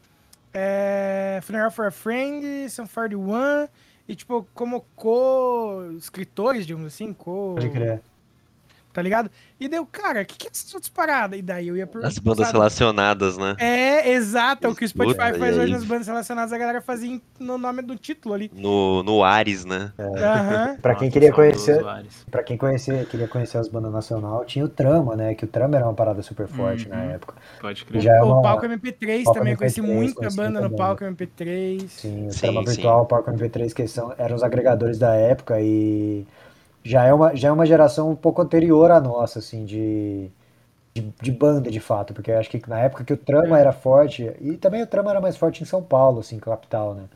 é, Funeral for a Friend, São Farduan, e tipo, como co-escritores, digamos assim, co... Pode crer. Tá ligado? E daí, eu, cara, o que, que é essas outras paradas? E daí eu ia por. As bandas sabe? relacionadas, né? É, exato. É o que o Spotify Puta, faz e hoje aí? nas bandas relacionadas, a galera fazia em- no nome do título ali. No, no Ares, né? Aham. Pra quem Nossa, queria saudoso conhecer, Ares. Pra quem conhecer, queria conhecer as bandas nacional, tinha o Trama, né? Que o Trama era uma parada super forte na Uhum. época. Pode E crer. já é O uma, palco M P três Palco também, M P conheci três, muita conheci banda muita no banda. palco M P três. Sim, o Sim, Trama sim. Virtual, o Palco M P três, que são, eram os agregadores da época e já é uma, já é uma geração um pouco anterior à nossa, assim, de, de, de banda, de fato, porque eu acho que na época que o Trama era forte, e também o Trama era mais forte em São Paulo, assim, capital, né?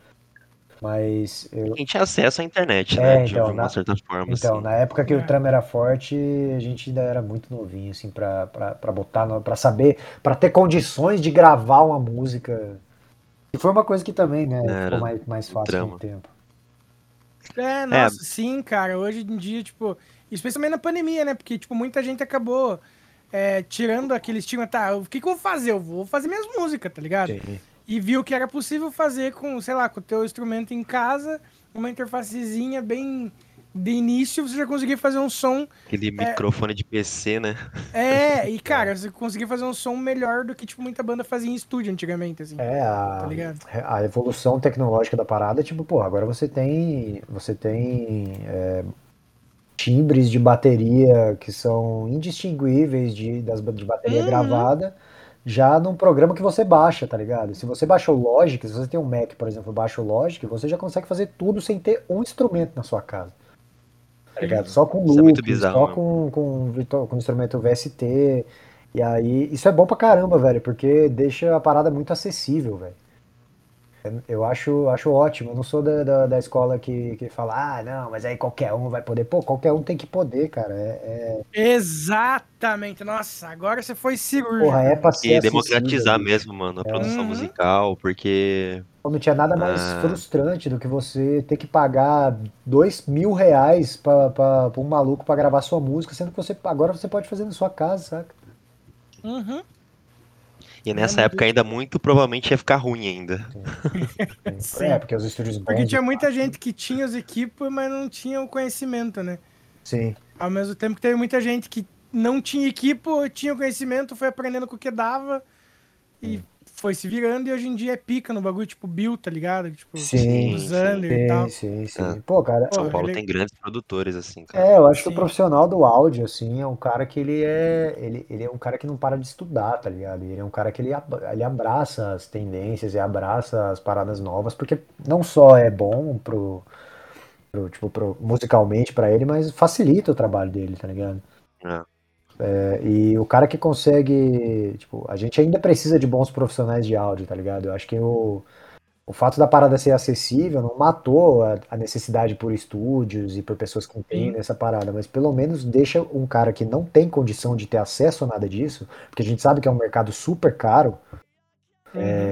Mas eu, Quem tinha acesso à internet, É, né? De, então, de uma na- certa forma, Então, assim. na época que É. o Trama era forte, a gente ainda era muito novinho, assim, pra, pra, pra botar, no- pra saber, pra ter condições de gravar uma música. E foi uma coisa que também, né, Era ficou mais, mais o fácil com Trama. o tempo. É, nossa, sim, cara. Hoje em dia, tipo, especialmente na pandemia, né? Porque, tipo, muita gente acabou é, tirando aquele estigma, tá, o que, que eu vou fazer? Eu vou fazer minhas músicas, tá ligado? Sim. E viu que era possível fazer com, sei lá, com o teu instrumento em casa, uma interfacezinha bem de início, você já conseguia fazer um som. Aquele microfone de P C, né? É, e cara, você conseguia fazer um som melhor do que, tipo, muita banda fazia em estúdio antigamente, assim. É, Tá a, ligado? a evolução tecnológica da parada, tipo, pô, agora você tem, você tem é, timbres de bateria que são indistinguíveis de, das, de bateria Uhum. gravada, já num programa que você baixa, tá ligado? Se você baixa o Logic, se você tem um Mac, por exemplo, baixa o Logic, você já consegue fazer tudo sem ter um instrumento na sua casa. Tá ligado? Só com Isso é muito loop, bizarro só mesmo. com, com, virtu- com instrumento V S T. E aí, isso é bom pra caramba, velho, porque deixa a parada muito acessível, velho. Eu acho, acho ótimo. Eu não sou da, da, da escola que, que fala, ah, não, mas aí qualquer um vai poder. Pô, qualquer um tem que poder, cara. É, é- Exatamente. Nossa, agora você foi porra, cirúrgico, é pra irmão. ser E acessível, democratizar bicho. mesmo, mano, a É produção um- Uhum. musical, porque. Pô, não tinha nada mais ah, frustrante do que você ter que pagar dois mil reais pra, pra, pra um maluco pra gravar sua música, sendo que você agora você pode fazer na sua casa, saca? Uhum. E É nessa muito época ainda muito provavelmente ia ficar ruim ainda. É, Sim. porque os estúdios Porque bons de tinha muita fato. gente que tinha os equipos, mas não tinha o conhecimento, né? Sim. Ao mesmo tempo que teve muita gente que não tinha equipo, tinha o conhecimento, foi aprendendo com o que dava e foi se virando. E hoje em dia é pica no bagulho, tipo Bill, tá ligado? Tipo, Sim, o Sim, sim. Zander e sim, tal. sim, Ah, sim. Pô, cara, São Porra, Paulo ele... tem grandes produtores, assim, cara. é, eu acho que o Sim. profissional do áudio, assim, é um cara que ele é, ele, ele é um cara que não para de estudar, tá ligado? Ele é um cara que ele, ab- ele abraça as tendências e abraça as paradas novas, porque não só é bom pro, pro, tipo, pro, musicalmente pra ele, mas facilita o trabalho dele, tá ligado? Ah, É, e o cara que consegue, tipo, a gente ainda precisa de bons profissionais de áudio, tá ligado? Eu acho que o, o fato da parada ser acessível não matou a, a necessidade por estúdios e por pessoas que Sim. entendem essa parada, mas pelo menos deixa um cara que não tem condição de ter acesso a nada disso, porque a gente sabe que é um mercado super caro, Uhum.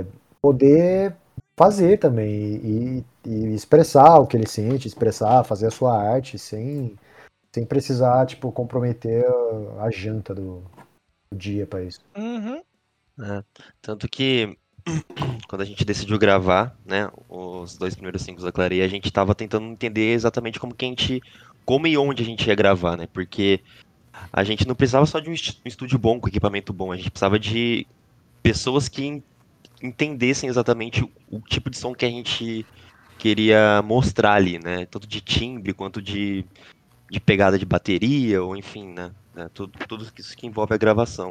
poder fazer também e, e expressar o que ele sente, expressar, fazer a sua arte sem, sem precisar, tipo, comprometer a, a janta do, do dia pra isso. Uhum. é. Tanto que quando a gente decidiu gravar, né, os dois primeiros singles da Clareia, a gente tava tentando entender exatamente como que a gente, como e onde a gente ia gravar, né? Porque a gente não precisava só de um est- um estúdio bom, com equipamento bom, a gente precisava de pessoas que en- entendessem exatamente o, o tipo de som que a gente queria mostrar ali, né? Tanto de timbre quanto de, de pegada de bateria, ou enfim, né? né, Tudo, tudo isso que envolve a gravação.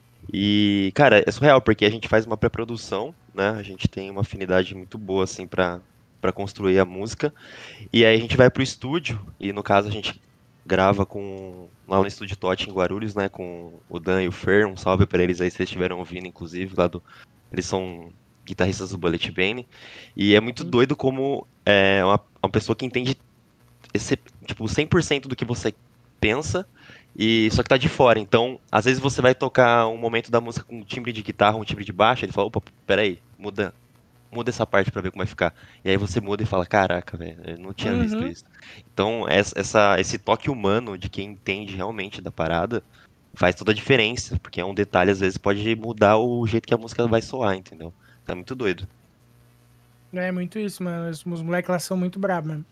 E, cara, é surreal, porque a gente faz uma pré-produção, né? A gente tem uma afinidade muito boa, assim, pra, pra construir a música. E aí a gente vai pro estúdio, e no caso a gente grava com lá no Estúdio Totti em Guarulhos, né? Com o Dan e o Fer, um salve pra eles aí, se vocês estiveram ouvindo, inclusive, lá do... Eles são guitarristas do Bullet Bane. E é muito doido como é uma, uma pessoa que entende esse, tipo, cem por cento do que você pensa, e só que tá de fora. Então, às vezes você vai tocar um momento da música com um timbre de guitarra, um timbre de baixo, ele fala, opa, peraí, muda, muda essa parte pra ver como vai ficar. E aí você muda e fala, caraca, velho, eu não tinha visto Uhum. isso. Então, essa, essa- esse toque humano de quem entende realmente da parada faz toda a diferença, porque é um detalhe, às vezes, pode mudar o jeito que a música vai soar, entendeu? Tá muito doido. É muito isso, mano. Os, os moleques lá são muito bravos, mano.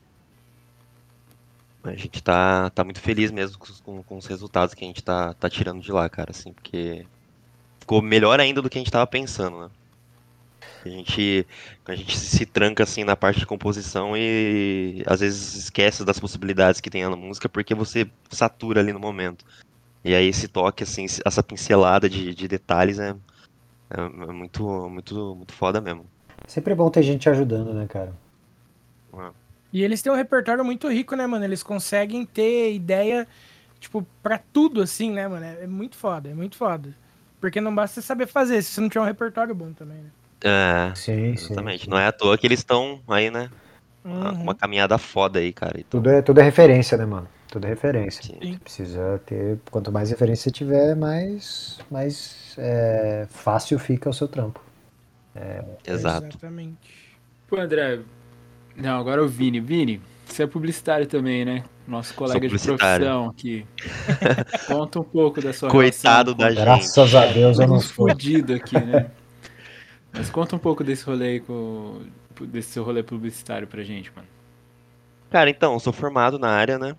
A gente tá, tá muito feliz mesmo com, os- com- com os resultados que a gente tá, tá tirando de lá, cara, assim, porque ficou melhor ainda do que a gente tava pensando, né? A gente, a gente se tranca, assim, na parte de composição e às vezes esquece das possibilidades que tem na música porque você satura ali no momento. E aí esse toque, assim, essa pincelada de, de detalhes é, é é muito, muito, muito foda mesmo. Sempre é bom ter gente ajudando, né, cara? E eles têm um repertório muito rico, né, mano? Eles conseguem ter ideia, tipo, pra tudo, assim, né, mano? É é muito foda, é muito foda. Porque não basta você saber fazer, se você não tiver um repertório bom também, né? É, Sim, sim, exatamente. Não sim. é à toa que eles estão aí, né? Uma, uma Uhum. caminhada foda aí, cara. Então, Tudo é, tudo é referência, né, mano? Tudo é referência. sim. Sim. Você precisa ter. Quanto mais referência você tiver, mais, mais é, fácil fica o seu trampo. Exato. Exatamente. Pô, André. Não, agora é o Vini. Vini, Você é publicitário também, né? Nosso colega de publicitário. profissão aqui. Conta um pouco da sua Coitado relação da com... gente. Graças a Deus eu não Uns sou. fudidos aqui, né? Mas conta um pouco desse rolê aí com... desse seu rolê publicitário pra gente, mano. Cara, então, eu sou formado na área, né?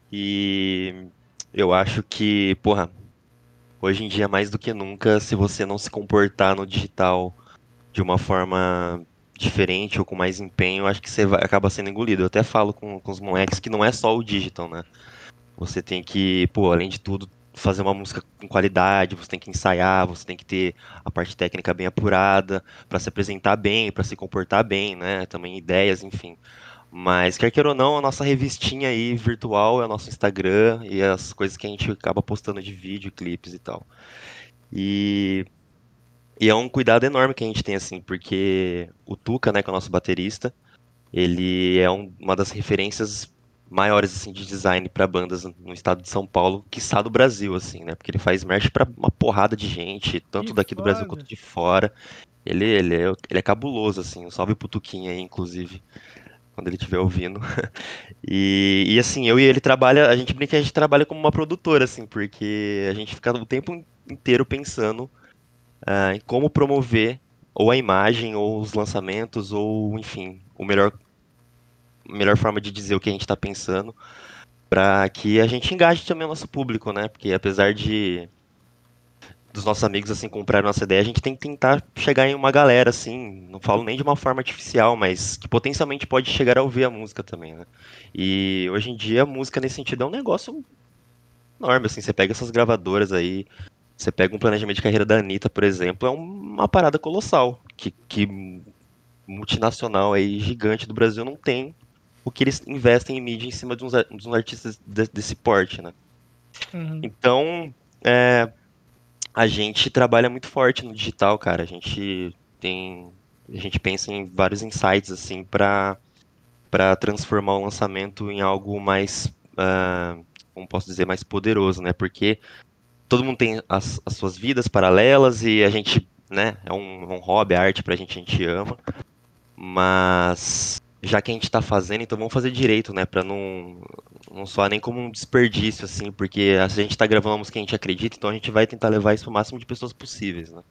E eu acho que, porra, hoje em dia mais do que nunca, se você não se comportar no digital de uma forma diferente ou com mais empenho, eu acho que você vai, acaba sendo engolido. Eu até falo com, com os moleques que não é só o digital, né? Você tem que, pô, além de tudo, fazer uma música com qualidade, você tem que ensaiar, você tem que ter a parte técnica bem apurada, pra se apresentar bem, pra se comportar bem, né? Também ideias, enfim. Mas, quer queira ou não, a nossa revistinha aí virtual é o nosso Instagram e as coisas que a gente acaba postando de vídeo, clipes e tal. E, e é um cuidado enorme que a gente tem, assim, porque o Tuca, né, que é o nosso baterista, ele é um- uma das referências maiores, assim, de design para bandas no estado de São Paulo, quiçá do Brasil, assim, né? Porque ele faz merch para uma porrada de gente, tanto Que daqui do Brasil foda. quanto de fora. Ele, ele, é, ele é cabuloso, assim. Um salve pro Tuquinha aí, inclusive, quando ele estiver ouvindo. E, e assim, eu e ele trabalha, a gente brinca que a gente trabalha como uma produtora, assim, porque a gente fica o tempo inteiro pensando ah, em como promover ou a imagem, ou os lançamentos, ou enfim, o melhor, a melhor forma de dizer o que a gente está pensando, para que a gente engaje também o nosso público, né? Porque apesar de dos nossos amigos assim comprarem nossa ideia, a gente tem que tentar chegar em uma galera assim, não falo nem de uma forma artificial, mas que potencialmente pode chegar a ouvir a música também, né? E hoje em dia a música nesse sentido é um negócio enorme, assim, você pega essas gravadoras aí, você pega um planejamento de carreira da Anitta, por exemplo, é uma parada colossal, que, que multinacional aí, gigante do Brasil não tem o que eles investem em mídia em cima de uns, ar- de uns artistas de- desse porte, né? Uhum. Então, é, a gente trabalha muito forte no digital, cara. A gente tem, a gente pensa em vários insights assim para para transformar o lançamento em algo mais, ah, como posso dizer, mais poderoso, né? Porque todo mundo tem as, as suas vidas paralelas e a gente, né? É um, é um hobby, a arte pra gente, a gente ama. Mas já que a gente tá fazendo, então vamos fazer direito, né? Pra não, não soar nem como um desperdício, assim, porque a gente tá gravando uma música que a gente acredita, então a gente vai tentar levar isso pro máximo de pessoas possíveis, né?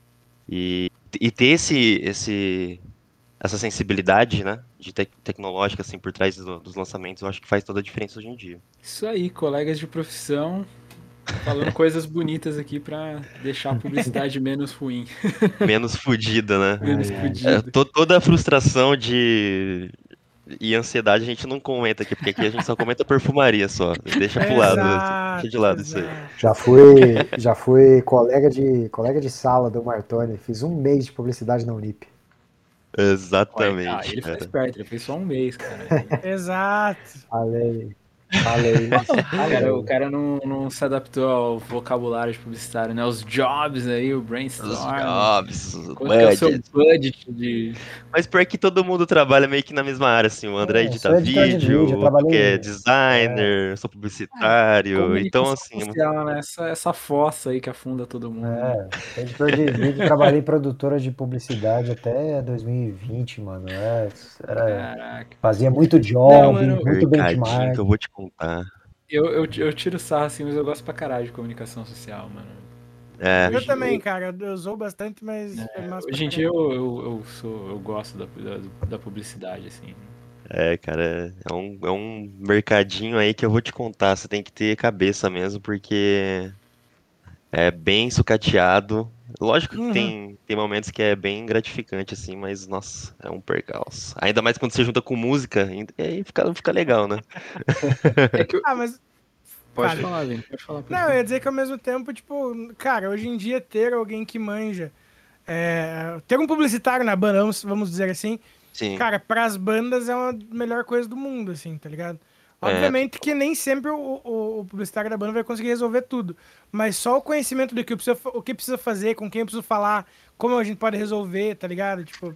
E, e ter esse, esse, essa sensibilidade, né? De tec- tecnológica, assim, por trás do- dos lançamentos, eu acho que faz toda a diferença hoje em dia. Isso aí, colegas de profissão, falando coisas bonitas aqui pra deixar a publicidade menos ruim, Menos fudida, né? menos Ai, ai. É, fodida. to- toda a frustração de e ansiedade a gente não comenta aqui, porque aqui a gente só comenta perfumaria só. Deixa pro lado, deixa de Exato, lado isso aí. exato. Já fui, já fui colega de, colega de sala do Martoni. Fiz um mês de publicidade na Unip. Olha, ah, Exatamente, ele foi cara. esperto, ele fez só um mês, cara. Exato. Falei, falei, O cara, o falei. cara não, não se adaptou ao vocabulário de publicitário, né? Os jobs aí, o Os brainstorm. jobs, os Quanto que é o seu budget. budget de... Mas pior que todo mundo trabalha meio que na mesma área, assim. O André É, edita sou editor de vídeo, vídeo, eu o Tuque é trabalhei. É, designer, eu sou publicitário. Então, Comunicação assim, social, né? Essa, essa fossa aí que afunda todo mundo, né? é, sou editor de vídeo, trabalhei em produtora de publicidade até dois mil e vinte, mano. É, era, Caraca. fazia muito Não, job, mano, muito mercadinho benchmark. que eu vou te contar. eu, eu, eu tiro sarro assim, mas eu gosto pra caralho de comunicação social, mano. É, Eu Hoje, também, cara. Eu usou bastante, mas é massa hoje pra em dia caralho. eu, eu, eu, sou, eu gosto da, da, da publicidade, assim. é, cara, é um, é um mercadinho aí que eu vou te contar. Você tem que ter cabeça mesmo, porque é bem sucateado. Lógico que Uhum. tem, tem momentos que é bem gratificante, assim, mas, nossa, é um percalço. Ainda mais quando você junta com música, ainda- aí fica, fica legal, né? É que eu... Ah, mas. Pode Fale. falar, Vini, pode falar. Pode Não, eu falar. ia dizer que ao mesmo tempo, tipo, cara, hoje em dia ter alguém que manja. é, ter um publicitário na banda, vamos, vamos dizer assim, Sim, cara, pras bandas é a melhor coisa do mundo, assim, tá ligado? é, Obviamente que nem sempre o, o- o publicitário da banda vai conseguir resolver tudo, mas só o conhecimento do que precisa, fa- o que precisa fazer, com quem eu preciso falar, como a gente pode resolver, tá ligado? Tipo,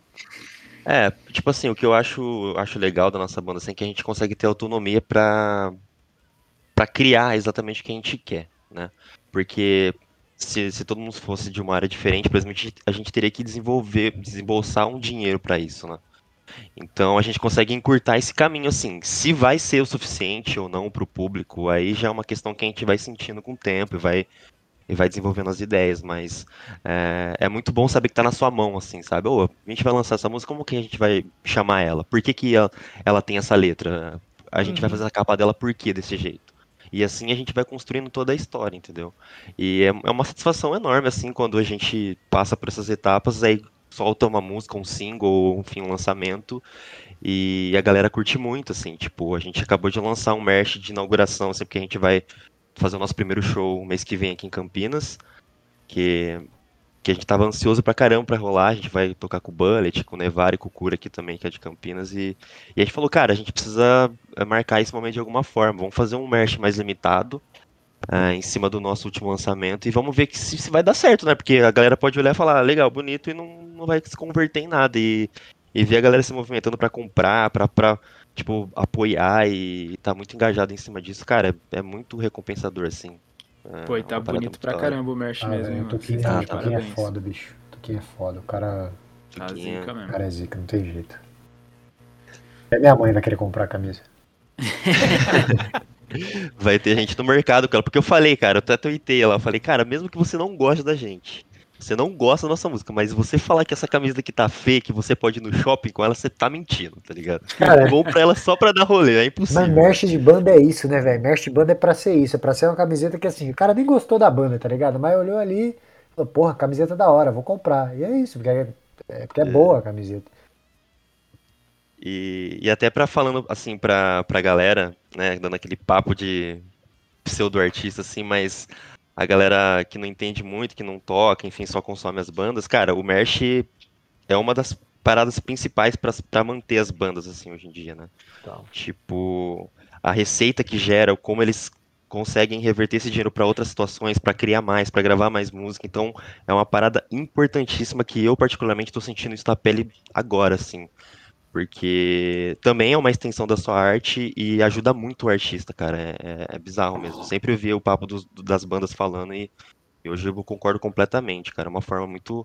é, tipo assim, o que eu acho, acho legal da nossa banda, assim, é que a gente consegue ter autonomia pra, pra criar exatamente o que a gente quer, né? Porque se, se todo mundo fosse de uma área diferente, por exemplo, a gente, a gente teria que desenvolver, desembolsar um dinheiro pra isso, né? Então a gente consegue encurtar esse caminho, assim. Se vai ser o suficiente ou não pro público, aí já é uma questão que a gente vai sentindo com o tempo e vai, e vai desenvolvendo as ideias, mas é, é muito bom saber que tá na sua mão, assim, sabe? Ô, a gente vai lançar essa música, como que a gente vai chamar ela? Por que que ela, ela tem essa letra? A gente vai Uhum. fazer a capa dela por quê desse jeito? E assim a gente vai construindo toda a história, entendeu? E é, é uma satisfação enorme, assim, quando a gente passa por essas etapas, aí solta uma música, um single, enfim, um lançamento, e a galera curte muito, assim, tipo, a gente acabou de lançar um merch de inauguração, assim, porque a gente vai fazer o nosso primeiro show mês que vem aqui em Campinas, que, que a gente tava ansioso pra caramba pra rolar, a gente vai tocar com o Bullet, com o Nevar e com o Cura aqui também, que é de Campinas, e, e a gente falou, cara, a gente precisa é, marcar esse momento de alguma forma, vamos fazer um merch mais limitado, ah, em cima do nosso último lançamento, e vamos ver que se, se vai dar certo, né, porque a galera pode olhar e falar, "Ah, legal, bonito", e não, não vai se converter em nada, e, e ver a galera se movimentando pra comprar, pra, pra tipo, apoiar e tá muito engajado em cima disso, cara, é, é muito recompensador, assim. Pô, e É tá uma parada bonito muito pra da hora. caramba o merch Ah, mesmo, velho, hein, o mano? Tuquinha, Vocês estão o de Tá, tá. Tuquinha é parabéns. foda, bicho. O Tuquinha é foda. O cara, Tá Tuquinha. zica o mesmo. cara é zica, não tem jeito. Até minha mãe vai querer comprar a camisa. Vai ter gente no mercado, cara, porque eu falei, cara, eu até tuitei lá, eu falei, cara, mesmo que você não goste da gente, você não gosta da nossa música, mas você falar que essa camisa daqui tá feia, que você pode ir no shopping com ela, você tá mentindo, tá ligado? Cara, Compra ela só pra dar rolê, é mas impossível. merch de banda é isso, né, velho? Merch de banda é pra ser isso, é pra ser uma camiseta que assim, o cara nem gostou da banda, tá ligado? Mas olhou ali, falou, porra, camiseta da hora, vou comprar. E é isso, porque é, é porque é boa a camiseta. E, e até pra falando assim pra, pra galera, né, dando aquele papo de pseudo-artista, assim, mas a galera que não entende muito, que não toca, enfim, só consome as bandas, cara, o merch é uma das paradas principais pra pra manter as bandas, assim, hoje em dia, né? Então, Tipo, a receita que gera, como eles conseguem reverter esse dinheiro pra outras situações, pra criar mais, pra gravar mais música. Então, é uma parada importantíssima que eu particularmente tô sentindo isso na pele agora, assim. Porque também é uma extensão da sua arte e ajuda muito o artista, cara. É, é- é bizarro mesmo. Sempre vi o papo dos- das bandas falando e, e hoje eu concordo completamente, cara. É uma forma muito,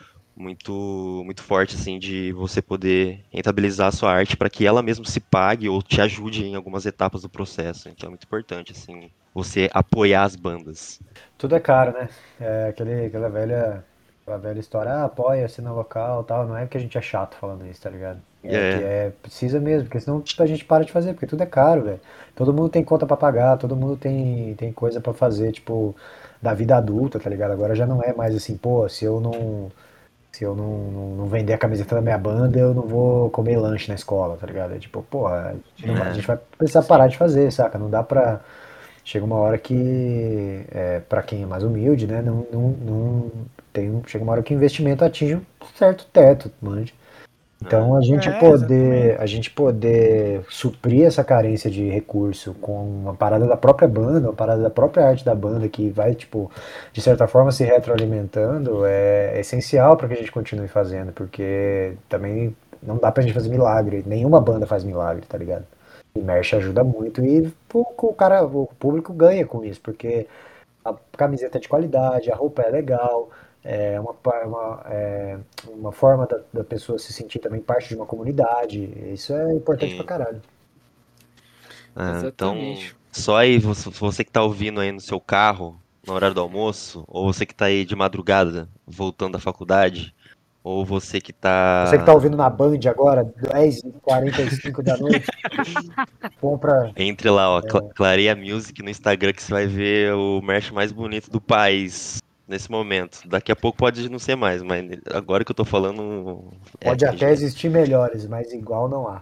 muito, muito forte, assim, de você poder rentabilizar a sua arte para que ela mesmo se pague ou te ajude em algumas etapas do processo. Então é muito importante, assim, você apoiar as bandas. tudo é caro, né? É aquele, aquela velha, aquela velha história, ah, apoia, assina local e tal. Não é porque a gente é chato falando isso, tá ligado? É que É, é, precisa mesmo, porque senão a gente para de fazer, porque tudo é caro, velho. Todo mundo tem conta pra pagar, todo mundo tem, tem coisa pra fazer, tipo, da vida adulta, tá ligado? Agora já não é mais assim, pô, se eu não, se eu não, não, não vender a camiseta da minha banda, eu não vou comer lanche na escola, tá ligado? É tipo, pô, a gente, não vai- a é, gente vai precisar parar de fazer, saca? Não dá pra. Chega uma hora que, é, para quem é mais humilde, né, não, não, não tem, um- chega uma hora que o investimento atinge um certo teto, manja. Então a gente É, exatamente. poder, a gente poder suprir essa carência de recurso com uma parada da própria banda, uma parada da própria arte da banda que vai, tipo, de certa forma se retroalimentando, é essencial para que a gente continue fazendo, porque também não dá pra gente fazer milagre, nenhuma banda faz milagre, tá ligado? E merch ajuda muito e pô, o cara, o público ganha com isso, porque a camiseta é de qualidade, a roupa é legal, é uma, pa- uma, é uma forma da, da pessoa se sentir também parte de uma comunidade. Isso é importante pra sim. caralho. Ah, então, Exatamente. só aí, você, você que tá ouvindo aí no seu carro, na hora do almoço, ou você que tá aí de madrugada, voltando da faculdade, ou você que Você que tá tá. ouvindo na Band agora, dez e quarenta e cinco da noite, compra. Entre lá, ó, Cla- Clareia Music no Instagram que você vai ver o merch mais bonito do país nesse momento. Daqui a pouco pode não ser mais, mas agora que eu tô falando é Pode aquele até jeito. existir melhores, mas igual não há.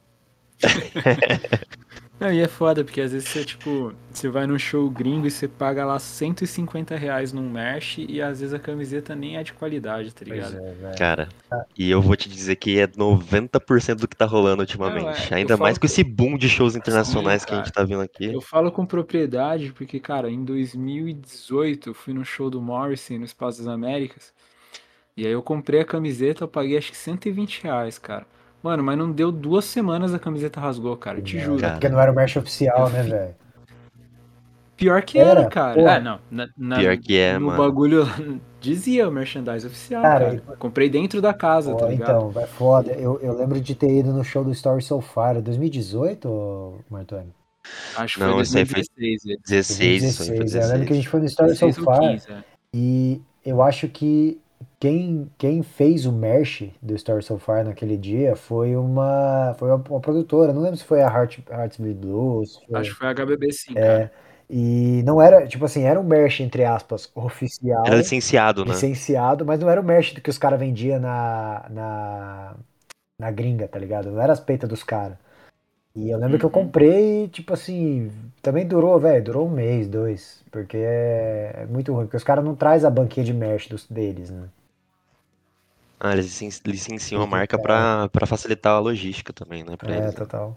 Não, e é foda, porque às vezes você, tipo, você vai num show gringo e você paga lá cento e cinquenta reais num merch e às vezes a camiseta nem é de qualidade, tá Pois ligado? é, velho. Cara, e eu vou te dizer que é noventa por cento do que tá rolando Não, é, ultimamente. eu Ainda mais falo com com... esse boom de shows Sim, internacionais que a gente cara. tá vendo aqui. Eu falo com propriedade porque, cara, em dois mil e dezoito eu fui no show do Morrissey no Espaço das Américas e aí eu comprei a camiseta, eu paguei acho que cento e vinte reais, cara. Mano, mas não deu duas semanas a camiseta rasgou, cara, te É, juro. porque Cara, não era o merch Eu oficial, né, fi... velho? Pior que era, Era, cara. Ah, porra. não. Na, na- pior que é, no mano. bagulho Dizia o merchandise oficial, Cara, cara. Comprei dentro da casa, Ó, tá ligado? então, vai foda. Eu, eu lembro de ter ido no show do Story So Far, dois mil e dezoito, ô, Martoni? Acho que foi Não, isso aí foi dois mil e dezesseis, esse. dezesseis, isso aí foi dois mil e dezesseis. É, eu lembro que a gente dezesseis. foi no Story So dezesseis ou Far quinze, é. e eu acho que quem, quem fez o merch do Story So Far naquele dia foi uma, foi uma, uma produtora. Não lembro se foi a Heart, Heartsbeat Blues. Acho Foi, que foi a H B B sim, é, cara. e não era, tipo assim, era um merch, entre aspas, Era oficial, licenciado, né? licenciado, mas não era o merch que os caras vendiam na, na, na gringa, tá ligado? Não era as peitas dos caras. E eu lembro que eu Uhum. comprei, tipo assim, também durou, velho, durou um mês, dois, porque é, é muito ruim, porque os caras não trazem a banquinha de merch dos, deles, né? Ah, eles licen- licenciam a Licen- marca pra, pra facilitar a logística também, né, pra É, eles, né? total.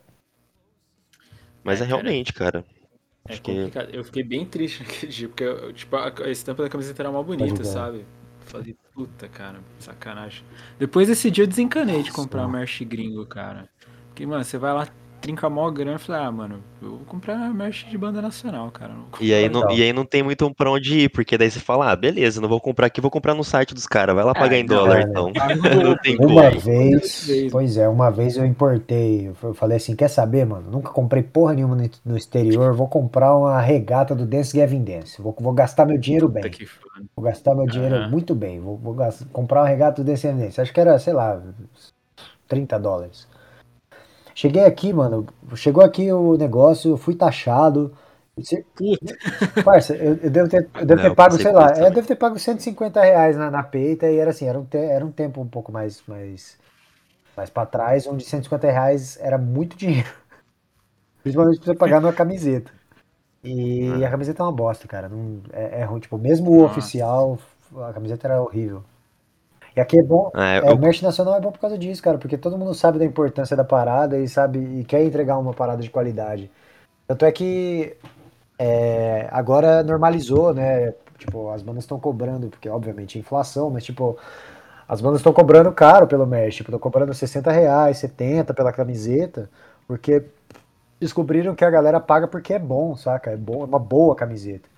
Mas É, é cara, realmente, cara. é Acho que. complicado. Eu fiquei bem triste naquele dia, porque eu, tipo, a, a estampa da camiseta era mó Pode bonita, ver. sabe? Falei, puta, cara, sacanagem. Depois desse dia eu desencanei de comprar Sim. merch gringo, cara. Porque, mano, você vai lá, trinca mó grana e fala, ah, mano, eu vou comprar merch de banda nacional, cara. Não vou E aí, comprar não, de... e aí não tem muito pra onde ir, porque daí você fala, ah, beleza, não vou comprar aqui, vou comprar no site dos caras. Vai lá pagar Ah, em não, dólar, É, então. pagou, Não pô, tem uma como. dez vez, vezes. pois é, uma vez eu importei, eu falei assim, quer saber, mano? Nunca comprei porra nenhuma no, no exterior, vou comprar uma regata do Dance Gavin Dance, vou, vou gastar meu dinheiro Puta bem, que foda. vou gastar meu dinheiro Aham. muito bem, vou, vou gas- comprar uma regata do Dance Gavin Dance, acho que era, sei lá, trinta dólares. Cheguei aqui, mano, chegou aqui o negócio, eu fui taxado, Você- Puta. parça, eu, eu devo ter, eu devo É, ter eu pago, passei sei por lá, isso é, eu também. devo ter pago cento e cinquenta reais na, na peita e era assim, era um, te- era um tempo um pouco mais, mais, mais pra trás, onde cento e cinquenta reais era muito dinheiro, principalmente pra você pagar numa camiseta. E a É. camiseta é uma bosta, cara, não, é, é ruim, tipo, mesmo o Nossa. oficial, a camiseta era horrível. E aqui é bom, É, é, eu, merch nacional é bom por causa disso, cara, porque todo mundo sabe da importância da parada e sabe, e quer entregar uma parada de qualidade. Tanto é que é, agora normalizou, né? Tipo, as bandas estão cobrando, porque obviamente é inflação, mas tipo, as bandas estão cobrando caro pelo merch, tipo, estão cobrando sessenta reais, setenta pela camiseta, porque descobriram que a galera paga porque é bom, saca? É bom, é uma boa camiseta.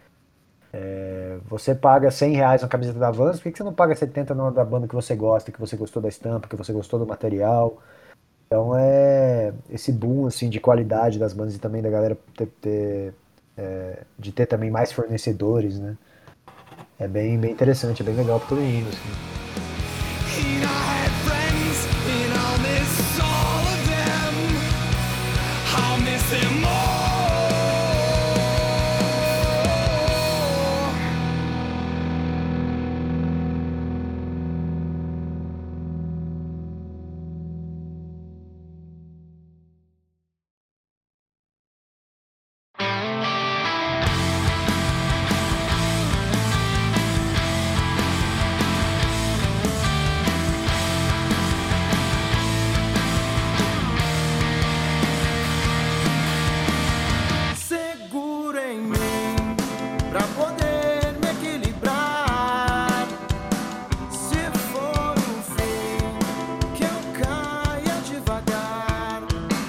É, você paga cem reais na camiseta da Vans, por que que você não paga setenta numa da banda que você gosta, que você gostou da estampa, que você gostou do material? Então é esse boom assim de qualidade das bandas e também da galera ter, ter, é, de ter também mais fornecedores, né? É bem, bem interessante, é bem legal pra todo mundo, assim. And I had friends, and I'll miss all of them. I'll miss them all. Seguro em mim pra poder me equilibrar. Se for o fim, que eu caia devagar.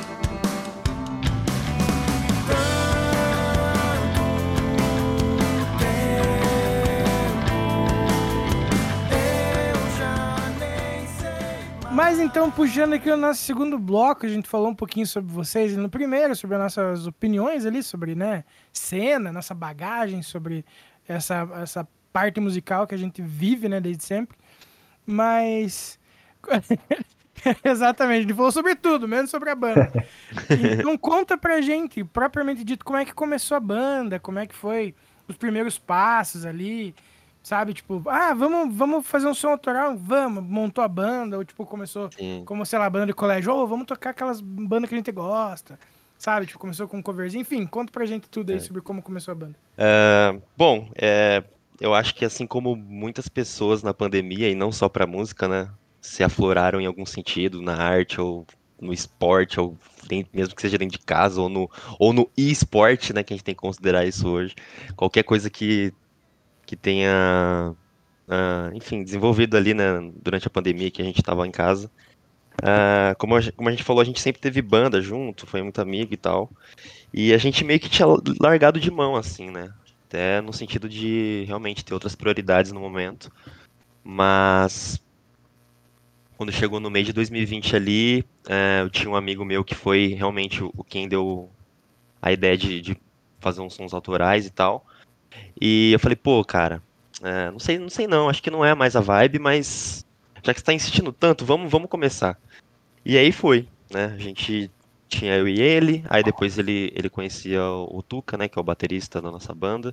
Eu já nem sei. Mas então, puxando aqui o nosso segundo bloco, a gente falou um pouquinho sobre vocês, e no primeiro, sobre as nossas opiniões ali, sobre, né, cena, nossa bagagem, sobre essa, essa parte musical que a gente vive, né, desde sempre. Mas... Exatamente, a gente falou sobre tudo, menos sobre a banda. Então conta pra gente, propriamente dito, como é que começou a banda, como é que foi os primeiros passos ali, sabe? Tipo, ah, vamos, vamos fazer um som autoral? Vamos, montou a banda, ou tipo, começou sim. como, sei lá, banda de colégio, ou vamos tocar aquelas bandas que a gente gosta, sabe? Tipo, começou com um coverzinho, enfim, conta pra gente tudo aí É. sobre como começou a banda. É, bom, é, eu acho que assim como muitas pessoas na pandemia, e não só pra música, né, se afloraram em algum sentido, na arte ou no esporte, ou nem- mesmo que seja dentro de casa, ou no, ou no e-sport, né, que a gente tem que considerar isso hoje. Qualquer coisa que, que tenha, ah, enfim, desenvolvido ali, né, durante a pandemia que a gente estava em casa. Ah, como, a, gen- como a gente falou, a gente sempre teve banda junto, foi muito amigo e tal. E a gente meio que tinha largado de mão, assim, né? Até no sentido de realmente ter outras prioridades no momento. Mas quando chegou no mês de dois mil e vinte ali, é, eu tinha um amigo meu que foi realmente o, o quem deu a ideia de, de fazer uns sons autorais e tal. E eu falei, pô, cara, é, não sei, não sei não, acho que não é mais a vibe, mas já que você tá insistindo tanto, vamos, vamos começar. E aí foi, né? A gente tinha eu e ele, aí depois ele, ele conhecia o, o Tuca, né, que é o baterista da nossa banda.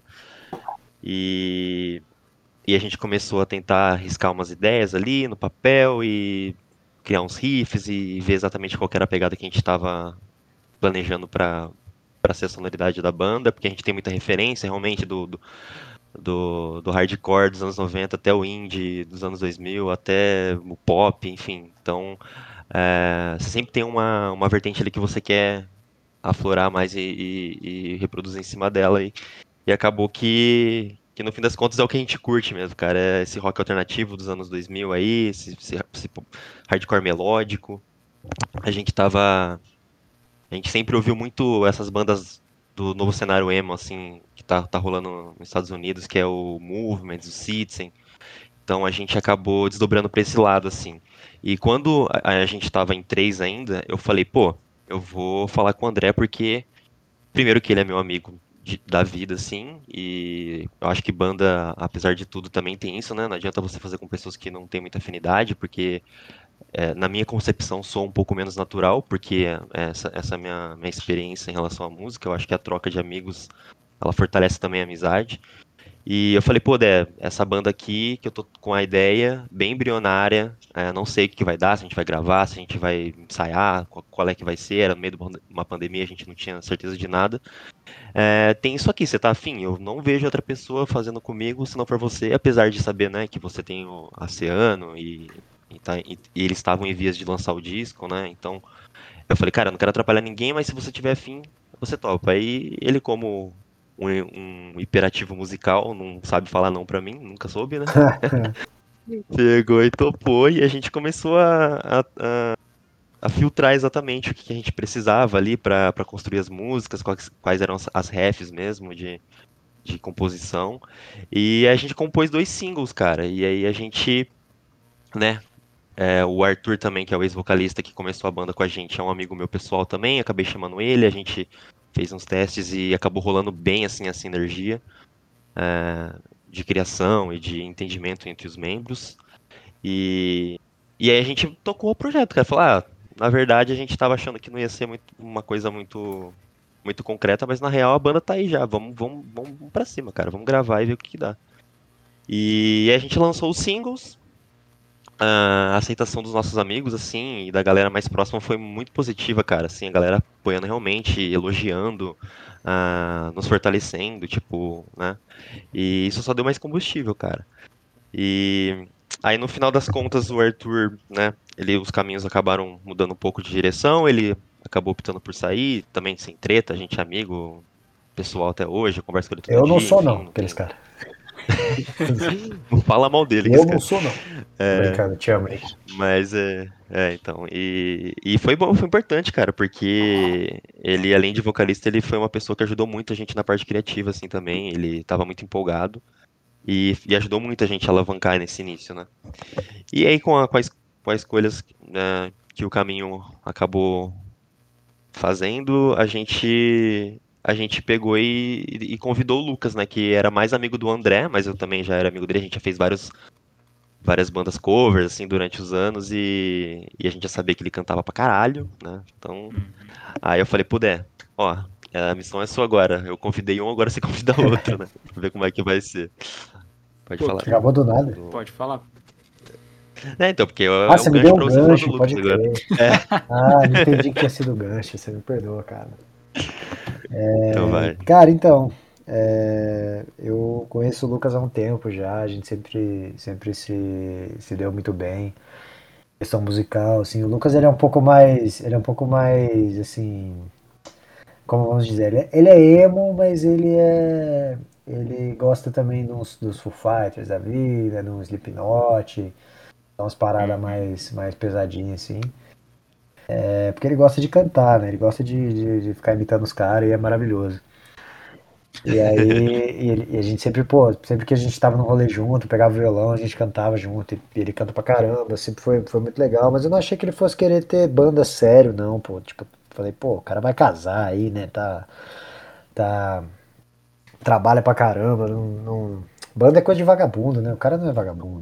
E, e a gente começou a tentar riscar umas ideias ali no papel e criar uns riffs e ver exatamente qual que era a pegada que a gente estava planejando para para ser a sonoridade da banda, porque a gente tem muita referência realmente do, do, do, do hardcore dos anos noventa até o indie dos anos dois mil, até o pop, enfim. Então, é, você sempre tem uma, uma vertente ali que você quer aflorar mais e, e, e reproduzir em cima dela. E, e acabou que, que, no fim das contas, é o que a gente curte mesmo, cara. É esse rock alternativo dos anos dois mil aí, esse, esse, esse hardcore melódico. A gente tava... A gente sempre ouviu muito essas bandas do novo cenário emo, assim, que tá, tá rolando nos Estados Unidos, que é o Movement, o Citizen. Então a gente acabou desdobrando pra esse lado, assim. E quando a, a gente tava em três ainda, eu falei, pô, eu vou falar com o André porque, primeiro que ele é meu amigo de- da vida, assim, e eu acho que banda, apesar de tudo, também tem isso, né? Não adianta você fazer com pessoas que não têm muita afinidade, porque é, na minha concepção, sou um pouco menos natural, porque é, essa, essa minha, minha experiência em relação à música, eu acho que a troca de amigos, ela fortalece também a amizade. E eu falei, pô, Dé, essa banda aqui, que eu tô com a ideia bem embrionária, é, não sei o que que vai dar, se a gente vai gravar, se a gente vai ensaiar, qual, qual é que vai ser, era no meio de uma uma pandemia, a gente não tinha certeza de nada. É, tem isso aqui, você tá afim? Eu não vejo outra pessoa fazendo comigo se não for você, apesar de saber, né, que você tem o Oceano e, e, tá- e- e eles estavam em vias de lançar o disco, né? Então eu falei, cara, eu não quero atrapalhar ninguém, mas se você tiver afim, você topa. Aí ele, como um, um hiperativo musical, não sabe falar não pra mim, nunca soube, né? Pegou e topou, e a gente começou a, a, a- a filtrar exatamente o que que a gente precisava ali pra pra construir as músicas, quais, quais eram as, as refs mesmo de, de composição. E a gente compôs dois singles, cara. E aí a gente, né, é, o Arthur também, que é o ex-vocalista que começou a banda com a gente, é um amigo meu pessoal também, acabei chamando ele, a gente fez uns testes e acabou rolando bem, assim, a sinergia é, de criação e de entendimento entre os membros. E, e aí a gente tocou o projeto, cara, falou, ah, na verdade a gente tava achando que não ia ser muito, uma coisa muito muito concreta, mas na real a banda tá aí já, vamos, vamos, vamos pra cima, cara, vamos gravar e ver o que que dá. E aí a gente lançou os singles, a aceitação dos nossos amigos, assim, e da galera mais próxima foi muito positiva, cara, assim, a galera apoiando realmente, elogiando, ah, nos fortalecendo, tipo, né, e isso só deu mais combustível, cara. E aí no final das contas o Arthur, né, ele, os caminhos acabaram mudando um pouco de direção, ele acabou optando por sair, também sem treta, a gente é amigo, pessoal até hoje, eu converso com ele todo Eu não dia, sou, enfim, não, não aqueles tem... caras. Não fala mal dele, que Eu esse não cara. sou, não. Tô É, brincando, te amo aí. mas é, é, então, e, e foi bom, foi importante, cara, porque ele, além de vocalista, ele foi uma pessoa que ajudou muito a gente na parte criativa, assim, também, ele tava muito empolgado e, e ajudou muito a gente a alavancar nesse início, né? E aí, com, a, com, a, es- com as escolhas, né, que o caminho acabou fazendo, a gente, a gente pegou e, e convidou o Lucas, né, que era mais amigo do André, mas eu também já era amigo dele, a gente já fez vários várias bandas covers, assim, durante os anos e, e a gente já sabia que ele cantava pra caralho, né? Então, aí eu falei, puder, ó, a missão é sua agora. Eu convidei um, agora você convida outro, né? Pra ver como é que vai ser. Pode Pô, falar. que- Acabou do nada. Do- Pode falar. É, então, porque é, Ah, é você um me gancho deu pra um você falar do gancho, Lucas pode agora. crer. É, Ah, não entendi que tinha sido gancho, você me perdoa, cara. então vai. Cara, então, é, eu conheço o Lucas há um tempo já, a gente sempre, sempre se, se deu muito bem. Questão musical, assim, o Lucas ele é um pouco mais, ele é um pouco mais, assim, como vamos dizer, ele é, ele é emo, mas ele é, ele gosta também dos, dos Foo Fighters da vida, do Slipknot, dá umas paradas mais, mais pesadinhas, assim. É porque ele gosta de cantar, né? Ele gosta de, de, de ficar imitando os caras e é maravilhoso. E aí, e, ele- e a gente sempre, pô, sempre que a gente tava no rolê junto, pegava o violão, a gente cantava junto, e ele canta pra caramba, sempre foi, foi muito legal, mas eu não achei que ele fosse querer ter banda sério, não, pô. Tipo, falei, pô, o cara vai casar aí, né? Tá, tá, trabalha pra caramba, não, não- banda é coisa de vagabundo, né? O cara não é vagabundo.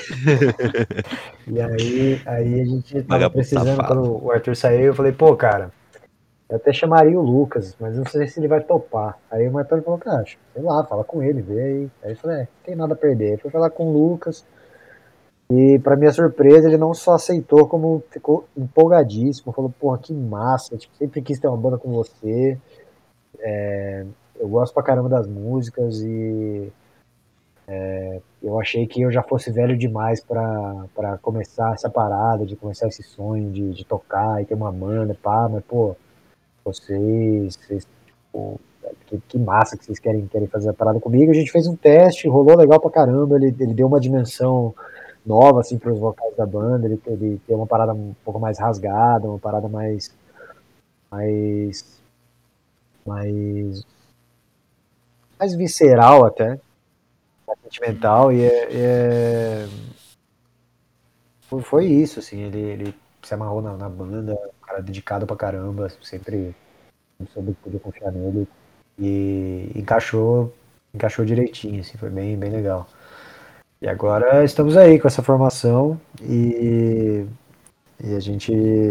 E aí, aí a gente tava Vagabundo precisando, quando safado. o Arthur saiu, eu falei, pô, cara, eu até chamaria o Lucas, mas não sei se ele vai topar. Aí o Martoni falou, cara, sei lá, fala com ele, vê aí. Aí eu falei, é, não tem nada a perder. Aí fui falar com o Lucas e, pra minha surpresa, ele não só aceitou, como ficou empolgadíssimo. Falou, porra, que massa, tipo, sempre quis ter uma banda com você. Eu gosto pra caramba das músicas e eu achei que eu já fosse velho demais pra, pra começar essa parada, de começar esse sonho de, de tocar e ter uma banda, pá, mas, pô, vocês, vocês tipo, que, que massa que vocês querem, querem fazer a parada comigo. A gente fez um teste, rolou legal pra caramba. Ele, ele deu uma dimensão nova, assim, para os vocais da banda. Ele, ele tem uma parada um pouco mais rasgada, uma parada mais, mais, mais, mais visceral até, mais sentimental. E é, e é- foi, foi isso, assim. Ele, ele se amarrou na, na banda, um cara dedicado pra caramba, sempre soube que podia confiar nele. E encaixou, encaixou direitinho, assim, foi bem, bem legal. E agora estamos aí com essa formação e, e a gente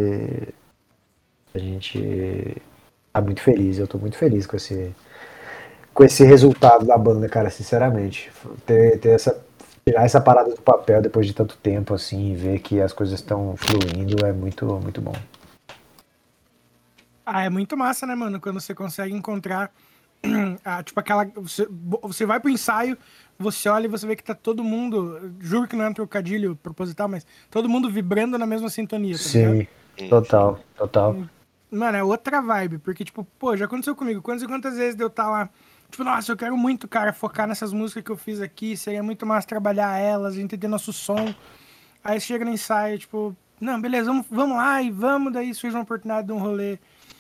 a gente tá muito feliz, eu tô muito feliz com esse com esse resultado da banda, cara, sinceramente. Ter, ter essa tirar essa parada do papel depois de tanto tempo assim e ver que as coisas estão fluindo é muito muito bom. Ah, é muito massa, né, mano? Quando você consegue encontrar, ah, tipo, aquela. Você, você vai pro ensaio, você olha e você vê que tá todo mundo. Juro que não é um trocadilho proposital, mas todo mundo vibrando na mesma sintonia, tá ligado? Sim, total, total. Mano, é outra vibe, porque, tipo, pô, já aconteceu comigo. Quantas e quantas vezes eu tá lá, tipo, nossa, eu quero muito, cara, focar nessas músicas que eu fiz aqui, seria muito massa trabalhar elas, entender nosso som. Aí chega no ensaio, tipo, não, beleza, vamos, vamos lá e vamos, daí surge uma oportunidade de um rolê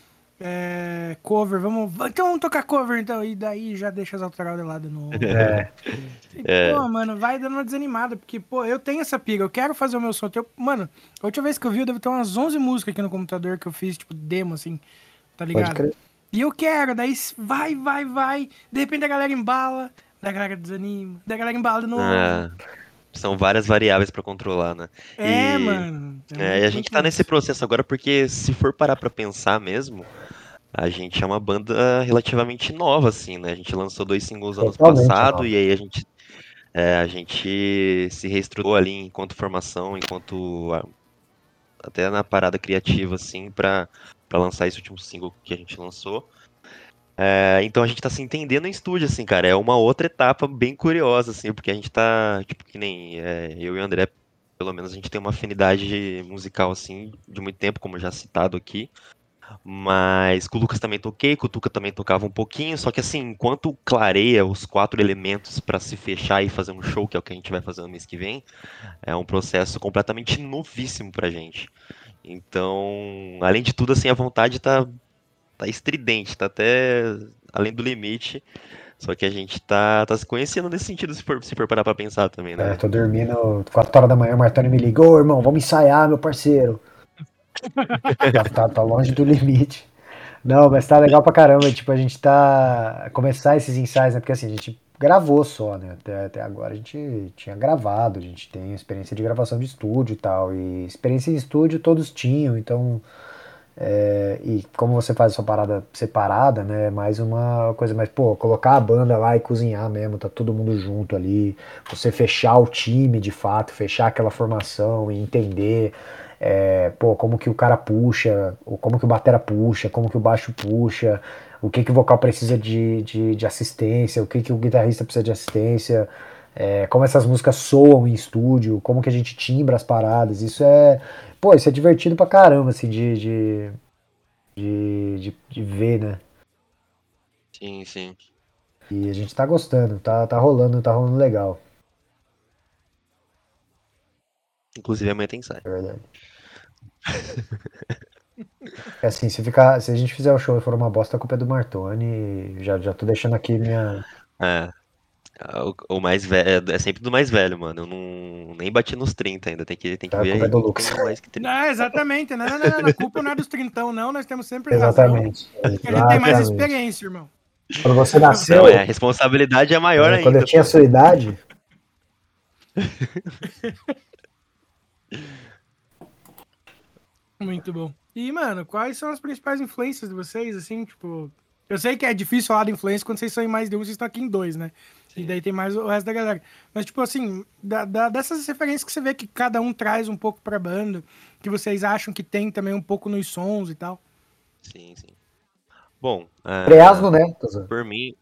é, cover, vamos, então vamos tocar cover, então, e daí já deixa as autoral de lado novo. É, E, É, pô, mano, vai dando uma desanimada, porque, pô, eu tenho essa pira, eu quero fazer o meu som. Eu, mano, a última vez que eu vi, eu devo ter umas onze músicas aqui no computador que eu fiz, tipo, demo, assim, tá pode ligado? crer. E eu quero, daí vai, vai, vai, de repente a galera embala, daí a galera desanima, daí a galera embala de novo. é, são várias variáveis pra controlar, né? É, E, mano, é é, e a muito, gente muito tá nesse massa. processo agora porque se for parar pra pensar mesmo, a gente é uma banda relativamente nova, assim, né? A gente lançou dois singles ano Totalmente passado nova. e aí a gente, é, a gente se reestruturou ali enquanto formação, enquanto a- até na parada criativa, assim, pra, pra lançar esse último single que a gente lançou. É, então a gente tá se entendendo em estúdio, assim, cara. É uma outra etapa bem curiosa, assim, porque a gente tá, tipo, que nem é, eu e o André, pelo menos a gente tem uma afinidade musical, assim, de muito tempo, como já citado aqui. Mas com o Lucas também toquei, com o Tuca também tocava um pouquinho, só que assim, enquanto clareia os quatro elementos pra se fechar e fazer um show, que é o que a gente vai fazer no mês que vem, é um processo completamente novíssimo pra gente. Então, além de tudo, assim, a vontade tá, tá estridente, tá até além do limite. Só que a gente tá, tá se conhecendo nesse sentido, se for, se for parar pra pensar também, É, né? tô dormindo quatro horas da manhã, o Martoni me ligou, ô irmão, vamos ensaiar, meu parceiro. Já tá, tá longe do limite. Não, mas tá legal pra caramba. Tipo, a gente tá. Começar esses ensaios, né? Porque assim, a gente gravou só, né? Até, até agora a gente tinha gravado, a gente tem experiência de gravação de estúdio e tal. E experiência em estúdio todos tinham, então. É, e como você faz a sua parada separada, né? É mais uma coisa, mas, pô, colocar a banda lá e cozinhar mesmo, tá todo mundo junto ali. Você fechar o time de fato, fechar aquela formação e entender. É, pô, como que o cara puxa, ou como que o batera puxa, como que o baixo puxa, o que que o vocal precisa de, de, de assistência, o que que o guitarrista precisa de assistência, é, como essas músicas soam em estúdio, como que a gente timbra as paradas, isso é, pô, isso é divertido pra caramba, assim, de, de, de, de, de ver, né? Sim, sim. E a gente tá gostando, tá, tá rolando, tá rolando legal, Inclusive amanhã tem ensaio. é verdade. Assim, se ficar, se a gente fizer o show e for uma bosta, a culpa é do Martoni. Já, já tô deixando aqui minha. É, o, o mais velho é sempre do mais velho, mano. Eu não nem bati nos trinta ainda. Tem que, tem que A ver culpa é aí do quem Lucas. tem mais que trinta. Não, exatamente. Não, não, não, não. A culpa não é dos trintão, não. Nós temos sempre razão. Exatamente. Porque a gente tem mais Exatamente. experiência, irmão. Quando você nasceu, Não, é, a responsabilidade é maior é, quando ainda. eu tinha a pô. sua idade, Muito bom. E, mano, quais são as principais influências de vocês, assim, tipo... Eu sei que é difícil falar de influência quando vocês são em mais de um, vocês estão aqui em dois, né? E daí tem mais o resto da galera. Mas, tipo assim, da, da- dessas referências que você vê que cada um traz um pouco pra banda, que vocês acham que tem também um pouco nos sons e tal. Sim, sim. Bom, ah, Preasno, né? Tô zoando. por mim.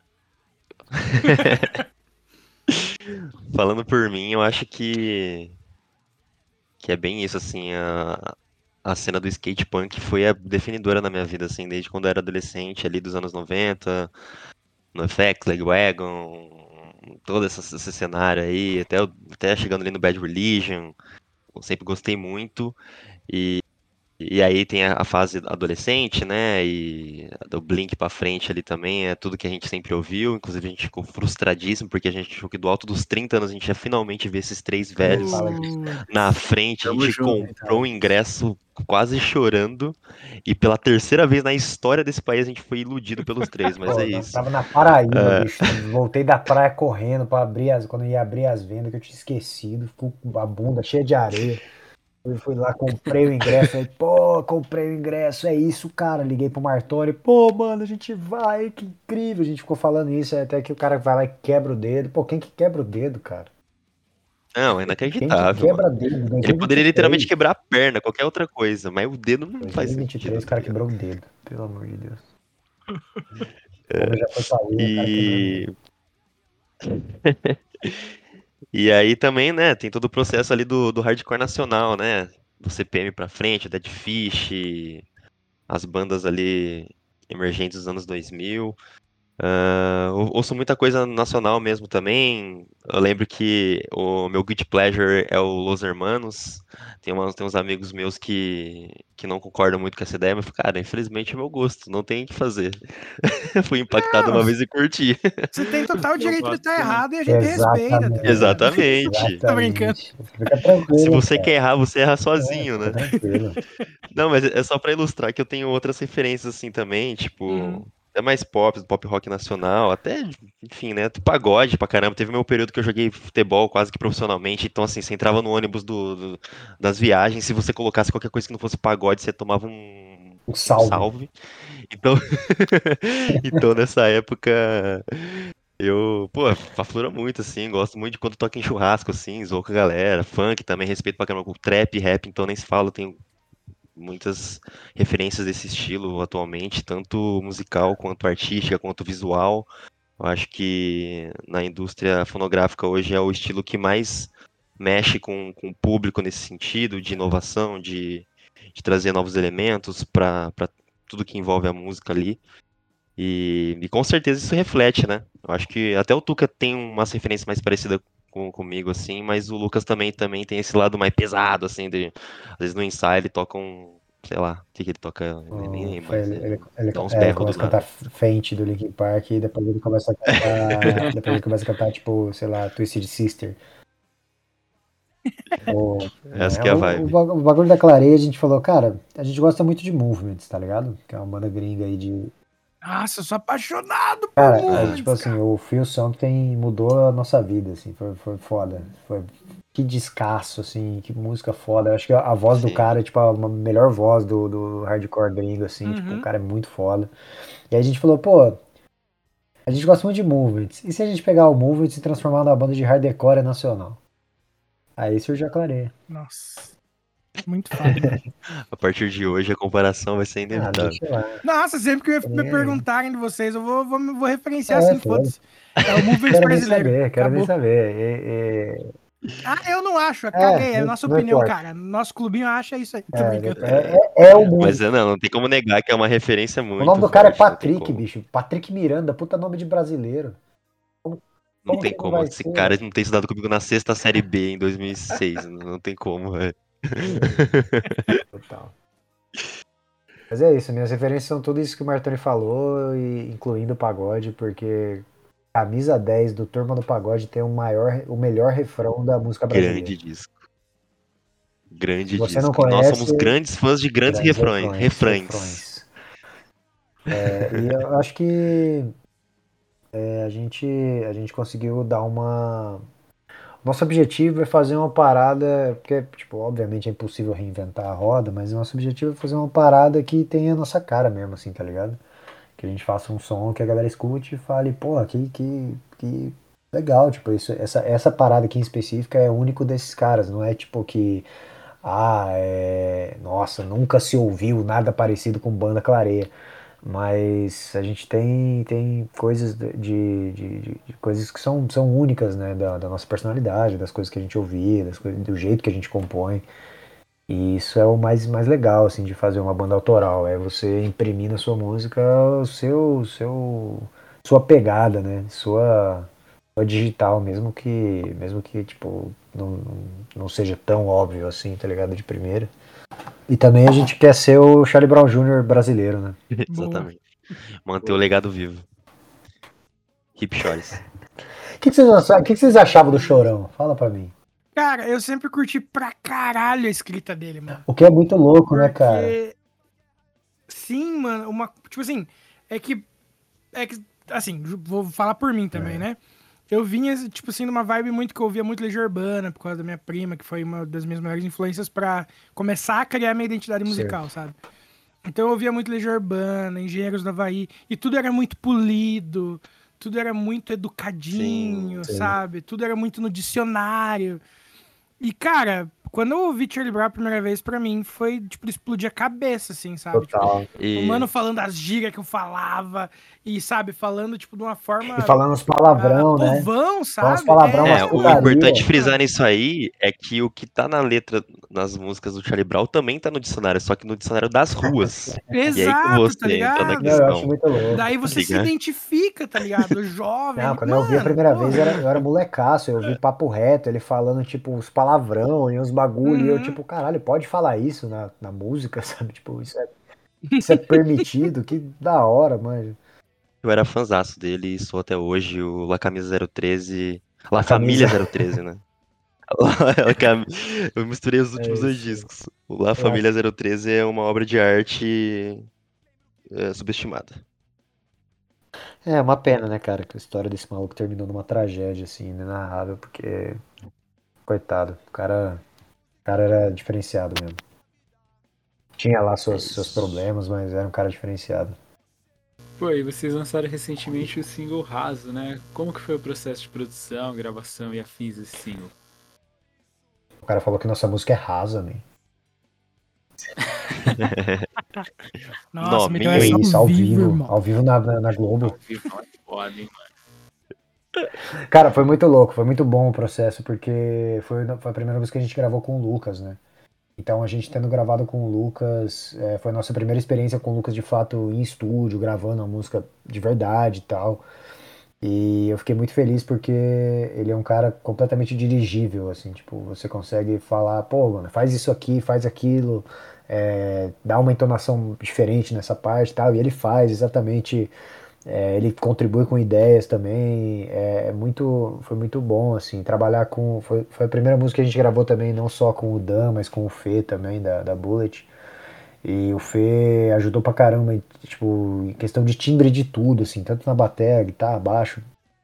Falando por mim, eu acho que. Que é bem isso, assim. A, a cena do skate punk foi a definidora na minha vida, assim, desde quando eu era adolescente, ali dos anos noventa. No F X, Legwagon, todo essa- esse cenário aí, até, o- até chegando ali no Bad Religion, eu sempre gostei muito. E, e aí tem a, a fase adolescente, né? E do Blink pra frente ali também, é tudo que a gente sempre ouviu. Inclusive a gente ficou frustradíssimo, porque a gente achou que do alto dos trinta anos a gente ia finalmente ver esses três velhos Fala disso. na frente. A Tamo gente junto, comprou um ingresso quase chorando. E pela terceira vez na história desse país a gente foi iludido pelos três, mas Pô, é nós isso. tava na Paraíba, É. bicho. Voltei da praia correndo para abrir as. Quando eu ia abrir as vendas, que eu tinha esquecido. Ficou com a bunda cheia de areia. Eu fui lá, comprei o ingresso. Falei, pô, comprei o ingresso. É isso, cara. Liguei pro Martoni. Pô, mano, a gente vai. Que incrível. A gente ficou falando isso. Até que o cara vai lá e quebra o dedo. Pô, quem que quebra o dedo, cara? Não, é Quem que inacreditável, quebra mano. dedo? Ele poderia literalmente dois mil e vinte e três. quebrar a perna, qualquer outra coisa, mas o dedo não faz sentido, dois mil e vinte e três, o tá cara ligado? quebrou o dedo. Pelo amor de Deus. O homem já foi pra lua, o cara quebrou o dedo. E... e aí também, né, tem todo o processo ali do, do hardcore nacional, né? Do C P M pra frente, Dead Fish, as bandas ali emergentes dos anos dois mil. Ah, ou- ouço muita coisa nacional mesmo também. Eu lembro que o meu guilty pleasure é o Los Hermanos. Tem, umas, tem uns amigos meus que, que não concordam muito com essa ideia, mas, cara, infelizmente é meu gosto, não tem o que fazer. Fui impactado Não, uma vez e curti. você tem total Eu direito de gosto estar também. errado e a gente respeita, tá ligado? Exatamente. Tô brincando. Fica tranquilo. Se você cara. quer errar, você erra É, sozinho, fica né? tranquilo. Não, mas é só pra ilustrar que eu tenho outras referências assim também, tipo, Uhum. é mais pop, pop rock nacional, até, enfim, né, pagode pra caramba. Teve meu período que eu joguei futebol quase que profissionalmente, então assim, você entrava no ônibus do, do- das viagens, se você colocasse qualquer coisa que não fosse pagode, você tomava um, Um um salve. salve. Então, então nessa época eu, pô, aflora muito, assim, gosto muito de quando toca em churrasco, assim, zoou com a galera, funk também, respeito pra caramba, com trap, rap, então nem se fala, tenho muitas referências desse estilo atualmente, tanto musical quanto artística, quanto visual. Eu acho que na indústria fonográfica hoje é o estilo que mais mexe com, com o público nesse sentido, de inovação, de, de trazer novos elementos para tudo que envolve a música ali. E, e com certeza isso reflete, né? Eu acho que até o Tuca tem umas referências mais parecidas com, comigo, assim, mas o Lucas também, também tem esse lado mais pesado, assim, de, às vezes no ensaio ele toca um, sei lá, o que, que ele toca, eu nem nem Oh, lembro, foi- mas ele, ele ele, ele, dá uns é, ele berros começa do a cantar nada. Faint do Linkin Park e depois ele começa a cantar. Depois ele começa a cantar, tipo, sei lá, Twisted Sister. O, Essa né, que é a o, o vibe. ba- o bagulho da Clareia, a gente falou, cara, a gente gosta muito de Movements, tá ligado? Que é uma banda gringa aí de. Nossa, eu sou apaixonado por Cara, é, Movements, tipo assim, cara. o Phil Something mudou a nossa vida, assim, foi, foi foda. Foi, que descasso, assim, que música foda. Eu acho que a, a voz do Sim. cara é, tipo, a melhor voz do, do hardcore gringo, assim, tipo, o Uhum. cara é muito foda. E aí a gente falou, pô, a gente gosta muito de Movements. E se a gente pegar o Movements e transformar numa banda de hardcore nacional? Aí surgiu a Clareia. Nossa, muito foda. A partir de hoje a comparação vai ser Ah, inevitável. deixa lá. Nossa, sempre que me, me É. perguntarem de vocês, eu vou, vou, vou referenciar É, assim, foda-se. foda-se. É o Movements Quero nem brasileiro. saber, quero nem Acabou. saber. É, é, Ah, eu não acho, eu caguei. É a não- nossa não opinião, importa. cara. Nosso clubinho acha isso aí. Tô É, brincando. é, é, é o mundo. Mas é, não, não tem como negar que é uma referência O muito nome do cara é forte, não tem Patrick, como. bicho. Patrick Miranda, puta nome de brasileiro. Não Como tem que não como. vai Esse ser? cara não tem estudado comigo na sexta série B em dois mil e seis. Não não tem como, velho. Total. Mas é isso, minhas referências são tudo isso que o Martoni falou, e incluindo o pagode, porque Camisa dez do Turma do Pagode tem o maior, o melhor refrão da música Grande brasileira. disco. Se Grande você não disco. E nós somos conhece, grandes fãs de grandes grandes refrões. refrões, Refrães. refrões. É, e eu acho que é, a gente, a gente conseguiu dar uma. Nosso objetivo é fazer uma parada, porque, tipo, obviamente é impossível reinventar a roda, mas nosso objetivo é fazer uma parada que tenha a nossa cara mesmo, assim, tá ligado? Que a gente faça um som que a galera escute e fale, pô, que, que, que legal, tipo, isso, essa, essa parada aqui em específica é único desses caras, não é tipo que, ah, é, nossa, nunca se ouviu nada parecido com Banda Clareia. Mas a gente tem, tem coisas de, de, de- de coisas que são, são únicas, né, da, da nossa personalidade, das coisas que a gente ouvia, das coisas, do jeito que a gente compõe. E isso é o mais, mais legal, assim, de fazer uma banda autoral, é você imprimir na sua música o seu, seu, sua pegada, né, sua, sua digital, mesmo que, mesmo que, tipo, não, não não seja tão óbvio assim, tá ligado, de primeira. E também a gente quer ser o Charlie Brown júnior brasileiro, né? Boa. Exatamente. Manter o legado vivo. Hip Shores. O que, que vocês achavam, o que que vocês achavam do Chorão? Fala pra mim. Cara, eu sempre curti pra caralho a escrita dele, mano. O que é muito louco, né, cara? Porque. Sim, mano, uma. Tipo assim, é que. É que. Assim, vou falar por mim também, É. né? Eu vinha, tipo assim, numa vibe muito que eu ouvia muito Legião Urbana, por causa da minha prima, que foi uma das minhas maiores influências pra começar a criar minha identidade musical, sabe? Então eu ouvia muito Legião Urbana, Engenheiros do Havaí, e tudo era muito polido, tudo era muito educadinho, Sim. sabe? Tudo era muito no dicionário. E, cara, quando eu ouvi Charlie Brown a primeira vez, pra mim, foi, tipo, explodir a cabeça, assim, sabe? Tipo, Total. o E, mano falando as gírias que eu falava, e, sabe, falando, tipo, de uma forma E falando uns ah, palavrão, né? povão, Falando uns sabe? palavrão, umas é, o putaria. importante frisar nisso aí é que o que tá na letra, nas músicas do Charlie Brown também tá no dicionário, só que no dicionário das ruas. E aí que Exato, tá você entra na ligado? Não, eu acho questão, muito louco. Daí tá você se ligado? identifica, tá ligado? Jovem. Não, quando eu ouvi a Mano, primeira porra. vez, eu era, eu era molecaço, eu ouvi papo reto, ele falando, tipo, os palavrão e uns bagulho, e eu, Uhum. tipo, caralho, pode falar isso na, na música, sabe? Tipo, isso é, isso é permitido, que da hora, mano. Eu era fãzaço dele e sou até hoje o La Camisa zero treze. La A camisa. Família zero treze, né? La Cam- Eu misturei os últimos É dois isso. discos. O La Eu Família acho. zero treze é uma obra de arte é, subestimada. É uma pena, né, cara, que a história desse maluco terminou numa tragédia, assim, inenarrável, porque, coitado, o cara, o cara era diferenciado mesmo. Tinha lá É seus, seus isso. problemas, mas era um cara diferenciado. Pô, e vocês lançaram recentemente o single Raso, né? Como que foi o processo de produção, gravação e afins desse single? O cara falou que nossa música é rasa, man. Nossa, Não, me minha deu Que essa isso, ao ao vivo, vivo, irmão. ao vivo na, na, na Globo. Ao vivo não é foda, hein, mano? Cara, foi muito louco, foi muito bom o processo, porque foi, foi a primeira vez que a gente gravou com o Lucas, né? Então a gente tendo gravado com o Lucas, é, foi a nossa primeira experiência com o Lucas de fato em estúdio, gravando a música de verdade e tal. E eu fiquei muito feliz porque ele é um cara completamente dirigível, assim, tipo, você consegue falar, pô, mano, faz isso aqui, faz aquilo, é, dá uma entonação diferente nessa parte e tal, e ele faz exatamente, é, ele contribui com ideias também, é, é muito, foi muito bom, assim, trabalhar com, foi, foi a primeira música que a gente gravou também, não só com o Dan, mas com o Fê também, da, da Bullet, e o Fê ajudou pra caramba, em, tipo, em questão de timbre de tudo, assim, tanto na bateria, guitarra, baixo.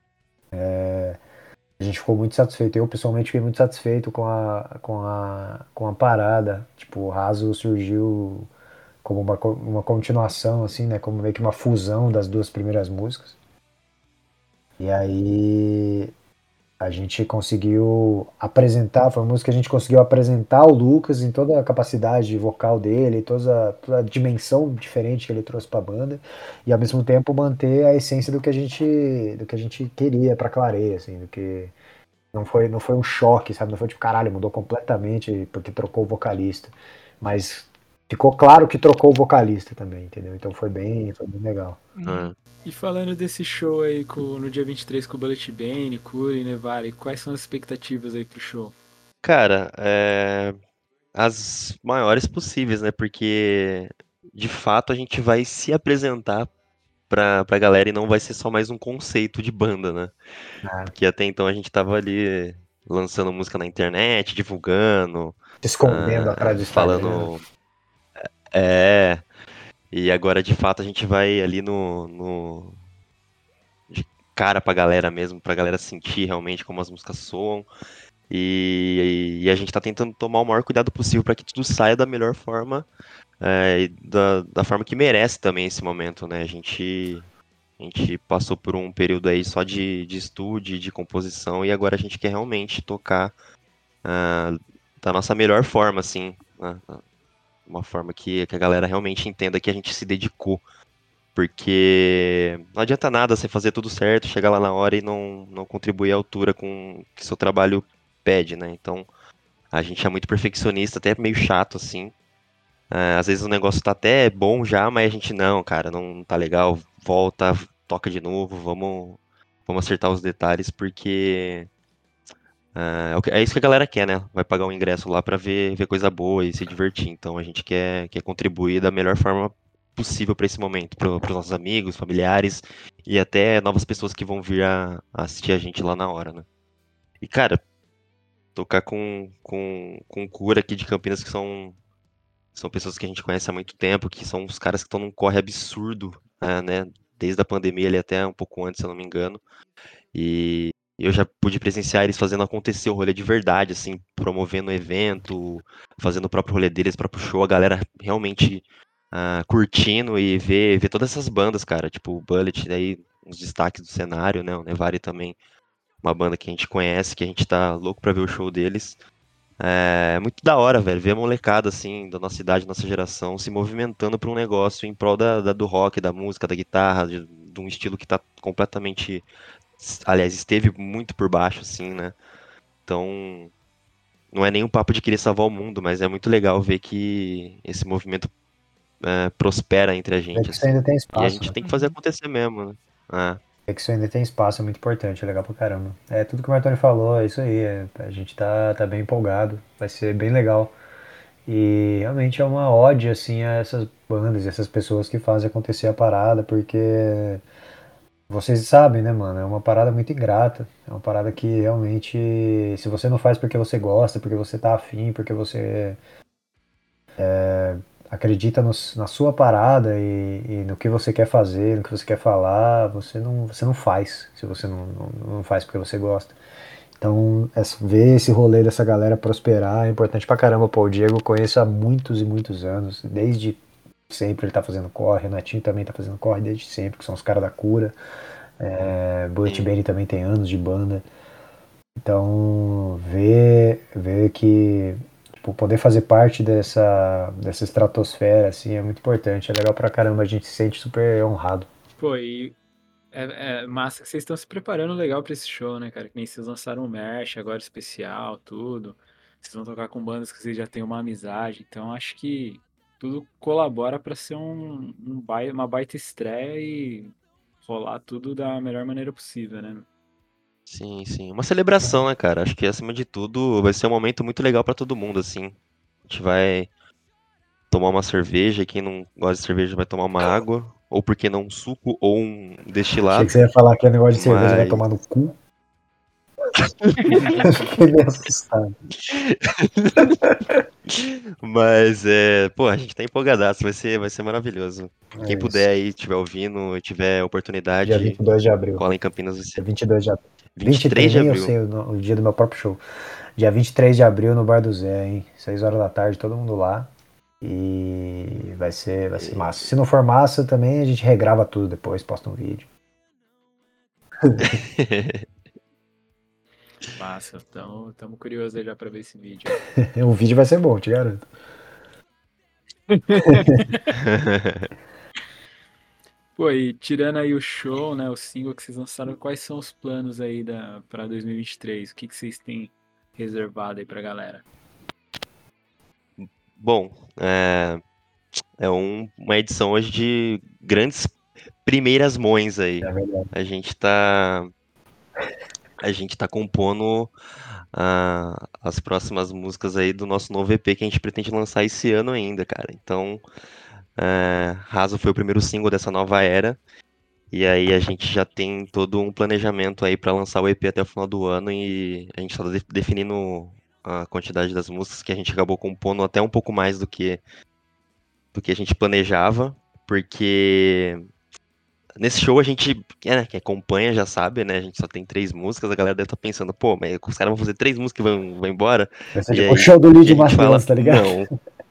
A gente ficou muito satisfeito. Eu, pessoalmente, fiquei muito satisfeito com a, com a, com a parada. Tipo, o Raso surgiu como uma, co- uma continuação, assim, né? Como meio que uma fusão das duas primeiras músicas. E aí a gente conseguiu apresentar, foi uma música que a gente conseguiu apresentar o Lucas em toda a capacidade vocal dele, toda a, toda a dimensão diferente que ele trouxe pra banda, e ao mesmo tempo manter a essência do que a gente, do que a gente queria pra Clareia, assim, do que não foi, não foi um choque, sabe? Não foi tipo, caralho, mudou completamente porque trocou o vocalista. Mas ficou claro que trocou o vocalista também, entendeu? Então foi bem, foi bem legal. Ah, E falando desse show aí com, no dia vinte e três com o Bullet Bane, Curi, Nevari, quais são as expectativas aí pro show? Cara, é, as maiores possíveis, né? Porque de fato a gente vai se apresentar pra, pra galera e não vai ser só mais um conceito de banda, né? Ah, Porque até então a gente tava ali lançando música na internet, divulgando, se escondendo atrás ah, do Instagram. falando. É. E agora de fato a gente vai ali no, no de cara pra galera mesmo, pra galera sentir realmente como as músicas soam. E, e a gente tá tentando tomar o maior cuidado possível para que tudo saia da melhor forma, é, e da, da forma que merece também esse momento, né? A gente, a gente passou por um período aí só de, de estúdio, de composição, e agora a gente quer realmente tocar ah, da nossa melhor forma, assim, né? Uma forma que, que a galera realmente entenda que a gente se dedicou. Porque não adianta nada você fazer tudo certo, chegar lá na hora e não, não contribuir à altura com o que seu trabalho pede, né? Então, a gente é muito perfeccionista, até meio chato, assim. É, às vezes o negócio tá até bom já, mas a gente, não, cara, não tá legal, volta, toca de novo, vamos, vamos acertar os detalhes, porque é, é o que- é isso que a galera quer, né? Vai pagar um ingresso lá pra ver, ver coisa boa e se divertir. Então a gente quer, quer contribuir da melhor forma possível pra esse momento, para os nossos amigos, familiares e até novas pessoas que vão vir a, a assistir a gente lá na hora, né? E, cara, tocar com, com, com o Cura aqui de Campinas, que são, são pessoas que a gente conhece há muito tempo, que são os caras que estão num corre absurdo, ah, né? Desde a pandemia ali até um pouco antes, se eu não me engano. E eu já pude presenciar eles fazendo acontecer o rolê de verdade, assim, promovendo o evento, fazendo o próprio rolê deles, o próprio show, a galera realmente ah, curtindo e ver, ver todas essas bandas, cara. Tipo, o Bullet, aí, uns destaques do cenário, né? O Nevari também, uma banda que a gente conhece, que a gente tá louco pra ver o show deles. É muito da hora, velho, ver a molecada, assim, da nossa idade, nossa geração, se movimentando pra um negócio em prol da, da- do rock, da música, da guitarra, de, de um estilo que tá completamente. Aliás, esteve muito por baixo, assim, né? Então, não é nem um papo de querer salvar o mundo, mas é muito legal ver que esse movimento é, prospera entre a É gente, que isso assim. ainda tem E a espaço, gente né? tem que fazer acontecer mesmo, né? Ah, É que isso ainda tem espaço, é muito importante, é legal pra caramba. É tudo que o Martoni falou, é isso aí. É- a gente tá, tá bem empolgado, vai ser bem legal. E realmente é uma ode, assim, a essas bandas, essas pessoas que fazem acontecer a parada, porque vocês sabem, né, mano? É uma parada muito ingrata. É uma parada que realmente, se você não faz porque você gosta, porque você tá afim, porque você acredita no- na sua parada e, e no que você quer fazer, no que você quer falar, você não, você não faz, se você não, não, não faz porque você gosta. Então, essa- ver esse rolê dessa galera prosperar é importante pra caramba. Pô, o Diego eu conheço há muitos e muitos anos, desde sempre ele tá fazendo corre, o Natinho também tá fazendo corre desde sempre, que são os caras da cura. É, Bullet sim. Bane também tem anos de banda. Então, ver, ver que tipo, poder fazer parte dessa, dessa estratosfera assim, é muito importante. É legal pra caramba, a gente se sente super honrado. Pô, e é, é massa que vocês estão se preparando legal pra esse show, né, cara? Que nem vocês lançaram um merch agora especial, tudo. Vocês vão tocar com bandas que vocês já têm uma amizade. Então acho que tudo colabora pra ser um, um bai- uma baita estreia e rolar tudo da melhor maneira possível, né? Sim, sim. Uma celebração, né, cara? Acho que acima de tudo vai ser um momento muito legal pra todo mundo, assim. A gente vai tomar uma cerveja, quem não gosta de cerveja vai tomar uma água, ou por que não um suco ou um Achei que destilado, você ia falar que é negócio de cerveja, vai mas tomar no cu. Fiquei meio assustado. mas é, pô, a gente tá empolgadaço, vai ser, vai ser maravilhoso. Quem É isso. puder aí, estiver ouvindo, e tiver Dia vinte oportunidade, e dois de abril. cola em Campinas, vai Dia ser vinte e dois de abril. vinte e três vinte e três, de nem eu abril. sei o, no- o dia do meu próprio show. Dia vinte e três de abril no Bar do Zé, hein? seis horas da tarde, todo mundo lá. E vai ser, vai ser massa. Se não for massa, também a gente regrava tudo depois, posta um vídeo. Massa, então estamos curiosos aí já pra ver esse vídeo. O vídeo vai ser bom, te garanto. Pô, e tirando aí o show, né, o single que vocês lançaram, quais são os planos aí da, pra dois mil e vinte e três? O que que vocês têm reservado aí pra galera? Bom, é, é um- uma edição hoje de grandes primeiras mãos aí. É verdade. A gente tá, a gente tá compondo ah, as próximas músicas aí do nosso novo E P que a gente pretende lançar esse ano ainda, cara. Então, É, Raso foi o primeiro single dessa nova era. E aí a gente já tem todo um planejamento aí pra lançar o E P até o final do ano e a gente tá de- definindo a quantidade das músicas que a gente acabou compondo até um pouco mais do que do que a gente planejava, porque nesse show a gente, é, né, quem acompanha já sabe, né? A gente só tem três músicas, a galera deve estar pensando, pô, mas os caras vão fazer três músicas e vão, vão embora. Vai ser E tipo o aí show do e Lídio a gente fala, Matheus, tá ligado? não.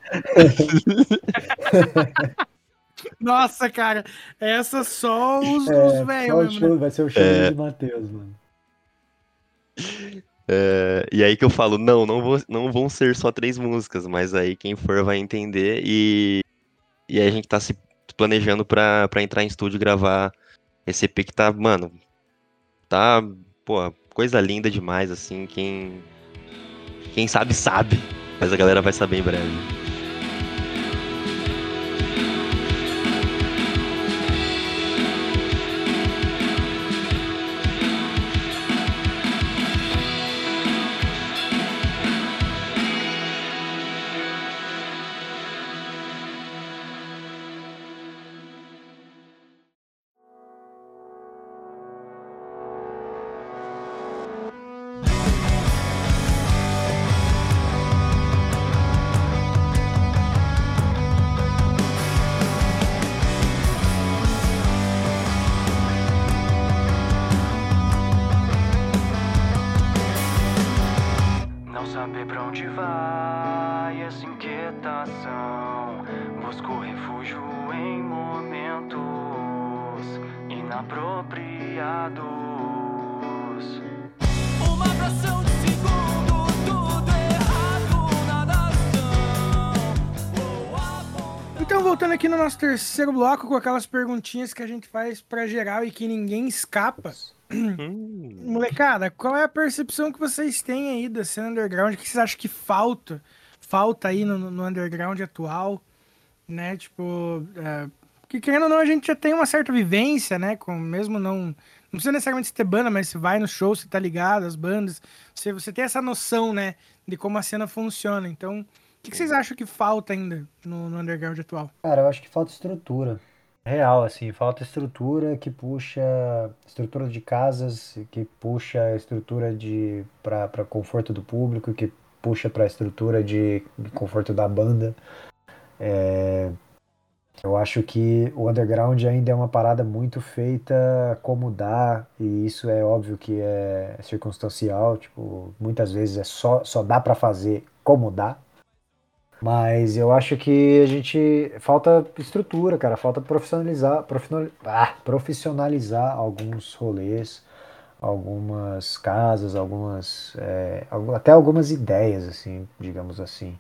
Nossa, cara, essa só os, os É, velhos só o mesmo, né? show, vai ser o show do É, Lídio Matheus, mano. é, e aí que eu falo, não, não, vou, não vão ser só três músicas, mas aí quem for vai entender e, e aí a gente tá se planejando pra, pra entrar em estúdio e gravar esse E P que tá, mano, tá, pô, coisa linda demais, assim, quem, quem sabe, sabe, mas a galera vai saber em breve. Não saber pra onde vai essa inquietação. Busco refúgio em momentos inapropriados. Uma fração de segundo, tudo errado na nação. Oh, a ponta- Então, voltando aqui no nosso terceiro bloco, com aquelas perguntinhas que a gente faz pra geral e que ninguém escapa. Hum, Molecada, qual é a percepção que vocês têm aí da cena underground? O que vocês acham que falta? Falta aí no, no underground atual, né? Tipo, é, que querendo ou não, a gente já tem uma certa vivência, né? Com, mesmo não. Não precisa necessariamente ter banda, mas você vai no show, você tá ligado, as bandas. Você, você tem essa noção, né? De como a cena funciona. Então, o que, que vocês acham que falta ainda no, no underground atual? Cara, eu acho que falta estrutura. Real, assim, falta estrutura que puxa estrutura de casas, que puxa estrutura de para para conforto do público, que puxa para estrutura de, de conforto da banda. Eu acho que o underground ainda é uma parada muito feita como dá, e isso é óbvio que é circunstancial, tipo, muitas vezes é só só dá pra fazer como dá. Mas eu acho que a gente falta estrutura, cara, falta profissionalizar, profissional- ah, profissionalizar alguns rolês, algumas casas, algumas, é, algu- até algumas ideias, assim, digamos assim.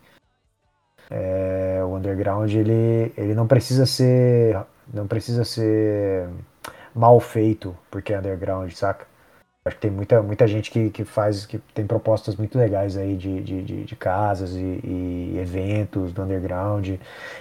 É, o underground ele, ele não precisa ser, não precisa ser mal feito porque é underground, saca? Acho que tem muita, muita gente que, que faz, que tem propostas muito legais aí de, de, de, de casas e, e eventos do underground.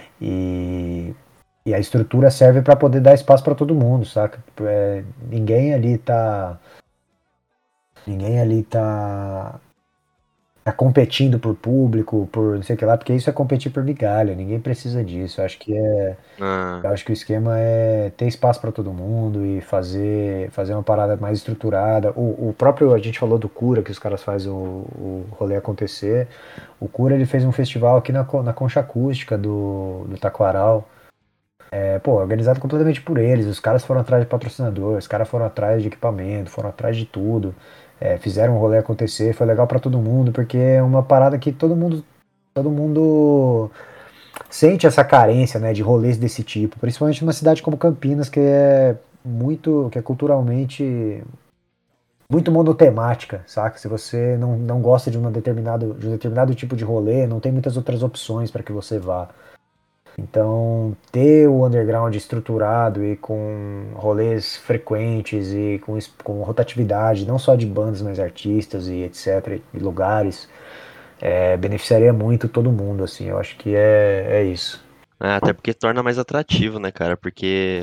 E, e a estrutura serve para poder dar espaço para todo mundo, saca? É, ninguém ali tá. Ninguém ali tá. Tá competindo por público, por não sei o que lá, porque isso é competir por migalha, ninguém precisa disso. Eu acho que é. ah, Eu acho que o esquema é ter espaço para todo mundo e fazer, fazer uma parada mais estruturada. O, o próprio, a gente falou do Cura, que os caras fazem o, o rolê acontecer. O Cura, ele fez um festival aqui na, Co- na Concha Acústica do, do Taquaral. É, pô, organizado completamente por eles. Os caras foram atrás de patrocinador, os caras foram atrás de equipamento, foram atrás de tudo. É, fizeram o rolê acontecer, foi legal para todo mundo, porque é uma parada que todo mundo, todo mundo sente essa carência, né, de rolês desse tipo, principalmente numa cidade como Campinas, que é muito, que é culturalmente muito monotemática, saca? Se você não, não gosta de, uma determinado, de um determinado tipo de rolê, não tem muitas outras opções para que você vá. Então, ter o underground estruturado e com rolês frequentes e com, es- com rotatividade, não só de bandas, mas artistas e etc, e lugares, é, beneficiaria muito todo mundo, assim. Eu acho que é, é isso. ah, até porque torna mais atrativo, né, cara? Porque,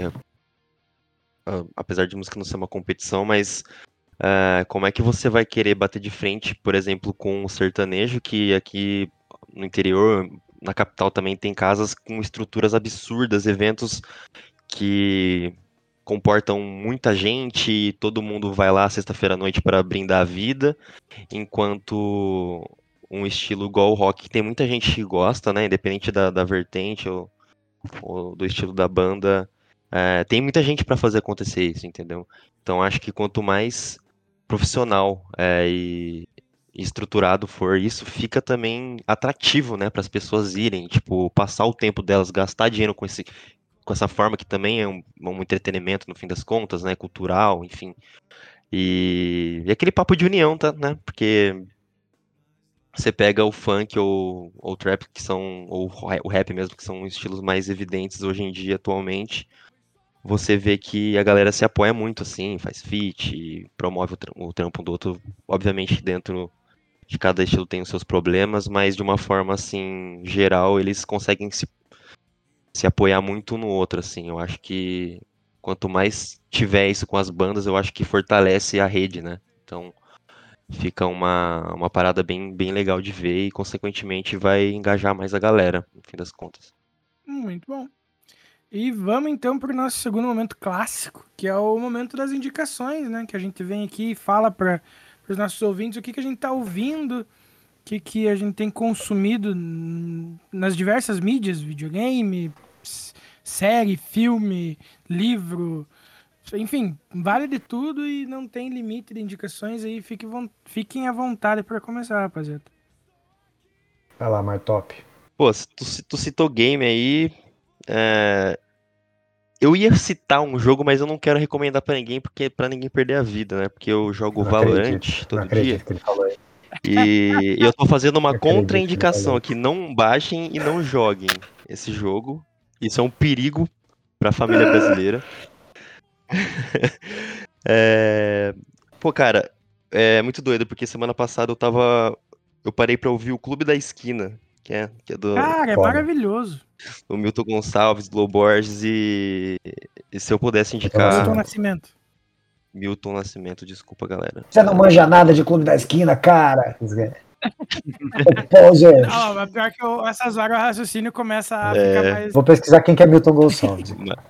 ah, apesar de música não ser uma competição, mas ah, como é que você vai querer bater de frente, por exemplo, com o sertanejo, que aqui no interior, na capital também tem casas com estruturas absurdas, eventos que comportam muita gente, todo mundo vai lá sexta-feira à noite para brindar a vida, enquanto um estilo igual o rock, que tem muita gente que gosta, né, independente da, da vertente ou, ou do estilo da banda, é, tem muita gente para fazer acontecer isso, entendeu? Então acho que quanto mais profissional é, e e estruturado for isso, fica também atrativo, né, para as pessoas irem, tipo, passar o tempo delas, gastar dinheiro com esse, com essa forma que também é um, um entretenimento no fim das contas, né, cultural, enfim. E, e aquele papo de união, tá, né? Porque você pega o funk ou, ou o trap, que são, ou o rap mesmo, que são estilos mais evidentes hoje em dia, atualmente, você vê que a galera se apoia muito, assim, faz feat, promove o, tram- o trampo do outro, obviamente dentro de cada estilo tem os seus problemas, mas de uma forma, assim, geral, eles conseguem se, se apoiar muito um no outro, assim. Eu acho que quanto mais tiver isso com as bandas, eu acho que fortalece a rede, né? Então, fica uma, uma parada bem, bem legal de ver e, consequentemente, vai engajar mais a galera, no fim das contas. Muito bom. E vamos então para o nosso segundo momento clássico, que é o momento das indicações, né? Que a gente vem aqui e fala para os nossos ouvintes o que, que a gente está ouvindo, o que, que a gente tem consumido n- nas diversas mídias, videogame, s- série, filme, livro, enfim, vale de tudo e não tem limite de indicações aí. Fique von- fiquem à vontade para começar, rapaziada. Vai lá, Martop. Pô, se tu, se tu citou game aí, é, eu ia citar um jogo, mas eu não quero recomendar pra ninguém, porque pra ninguém perder a vida, né? Porque eu jogo Não Valorant acredito. Não todo acredito dia. que ele falou isso. E eu tô fazendo uma Não acredito que ele contraindicação falou aqui, não baixem e não joguem esse jogo. Isso é um perigo pra família brasileira. É, Pô, cara, é muito doido, porque semana passada eu tava. Eu parei pra ouvir o Clube da Esquina, que é, que é do, Cara, é Foda. maravilhoso. do Milton Gonçalves, do Low Borges, e, e se eu pudesse Milton indicar Milton Nascimento. Nascimento. Milton Nascimento, desculpa, galera. Você não manja nada de Clube da Esquina, cara. Ô, poser. Não, mas pior que eu, essas horas o raciocínio começa a É. ficar mais. Vou pesquisar quem que é Milton Gonçalves.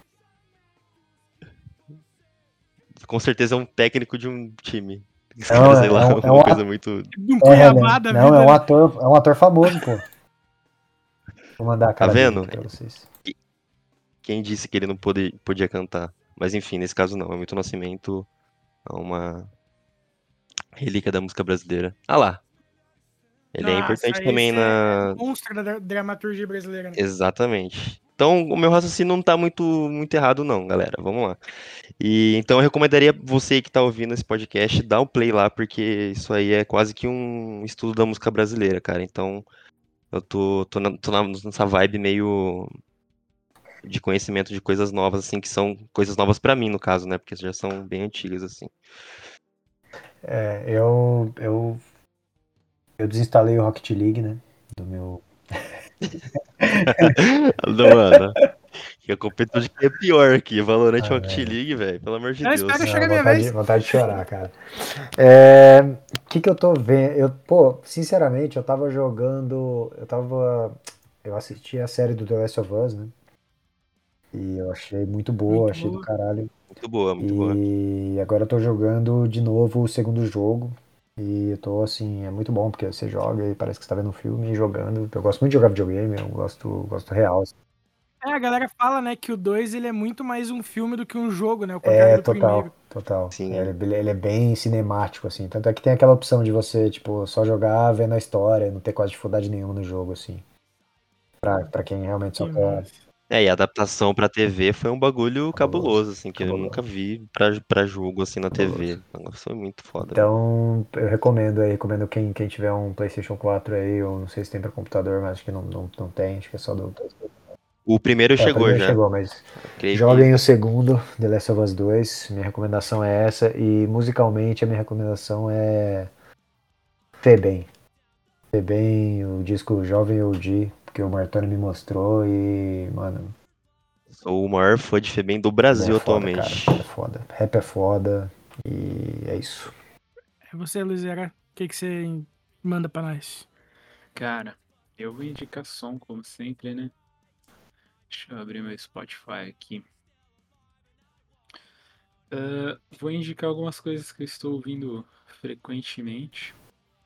Com certeza é um técnico de um time. Esse Não, cara, é- sei lá, é um- é alguma um coisa ato- muito. De um É, Cuiabá né? da Não, vida. é um né? ator, é um ator famoso, pô. Vou mandar a cara Tá dele vendo? aqui pra vocês. Quem disse que ele não pode, podia cantar? Mas enfim, nesse caso não. É Milton Nascimento, é uma relíquia da música brasileira. Ah lá. Ele é Nossa, importante também esse na. É monstro da dra- dramaturgia brasileira. Né? Exatamente. Então, o meu raciocínio não tá muito, muito errado, não, galera. Vamos lá. E então eu recomendaria você que tá ouvindo esse podcast, dar um play lá, porque isso aí é quase que um estudo da música brasileira, cara. Então, eu tô, tô, na- tô na- nessa vibe meio de conhecimento de coisas novas, assim, que são coisas novas pra mim, no caso, né? Porque já são bem antigas, assim. É, eu, eu, eu desinstalei o Rocket League, né? Do meu. Não, mano. Que a competição de que é pior aqui. Valorant Ah, e Rocket velho. League, velho. Pelo amor de Não, Deus. espera Ah, chegar a minha vontade, vez. vontade de chorar, cara. É, o que que eu tô vendo? Eu, pô, sinceramente, eu tava jogando. Eu tava. Eu assisti a série do The Last of Us, né? E eu achei muito boa, Muito achei do boa. caralho. Muito boa, muito boa. E agora eu tô jogando de novo o segundo jogo. E eu tô assim, é muito bom, porque você joga e parece que você tá vendo um filme e jogando. Eu gosto muito de jogar videogame, eu gosto, gosto real. assim. É, a galera fala, né, que o dois ele é muito mais um filme do que um jogo, né? Ao contrário É, do total, primeiro. total. Sim. É, Ele, ele é bem cinemático, assim. Tanto é que tem aquela opção de você, tipo, só jogar vendo a história, não ter quase dificuldade nenhuma no jogo, assim. Pra, pra quem realmente só Que quer. massa. É, e a adaptação pra T V foi um bagulho Cabuloso, cabuloso, assim, que eu cabuloso. nunca vi pra, pra jogo, assim, na T V. Cabuloso. O negócio foi muito foda, velho. Então, eu recomendo aí, recomendo quem, quem tiver um PlayStation quatro aí, ou não sei se tem pra computador, mas acho que não, não, não tem, acho que é só do. O primeiro É, o chegou primeiro já. chegou, mas Creio joguem que... o segundo, The Last of Us dois. Minha recomendação é essa. E musicalmente, a minha recomendação é Febem. Febem, o disco Jovem O G, que o Martoni me mostrou. E, mano, Sou o maior fã de Febem do ele Brasil é foda, cara. atualmente. Ele é foda. Rap é foda. E é isso. É você, Luizera. O que, que você manda pra nós? Cara, Eu vou indicar som, como sempre, né? Deixa eu abrir meu Spotify aqui. Ah, vou indicar algumas coisas que eu estou ouvindo frequentemente,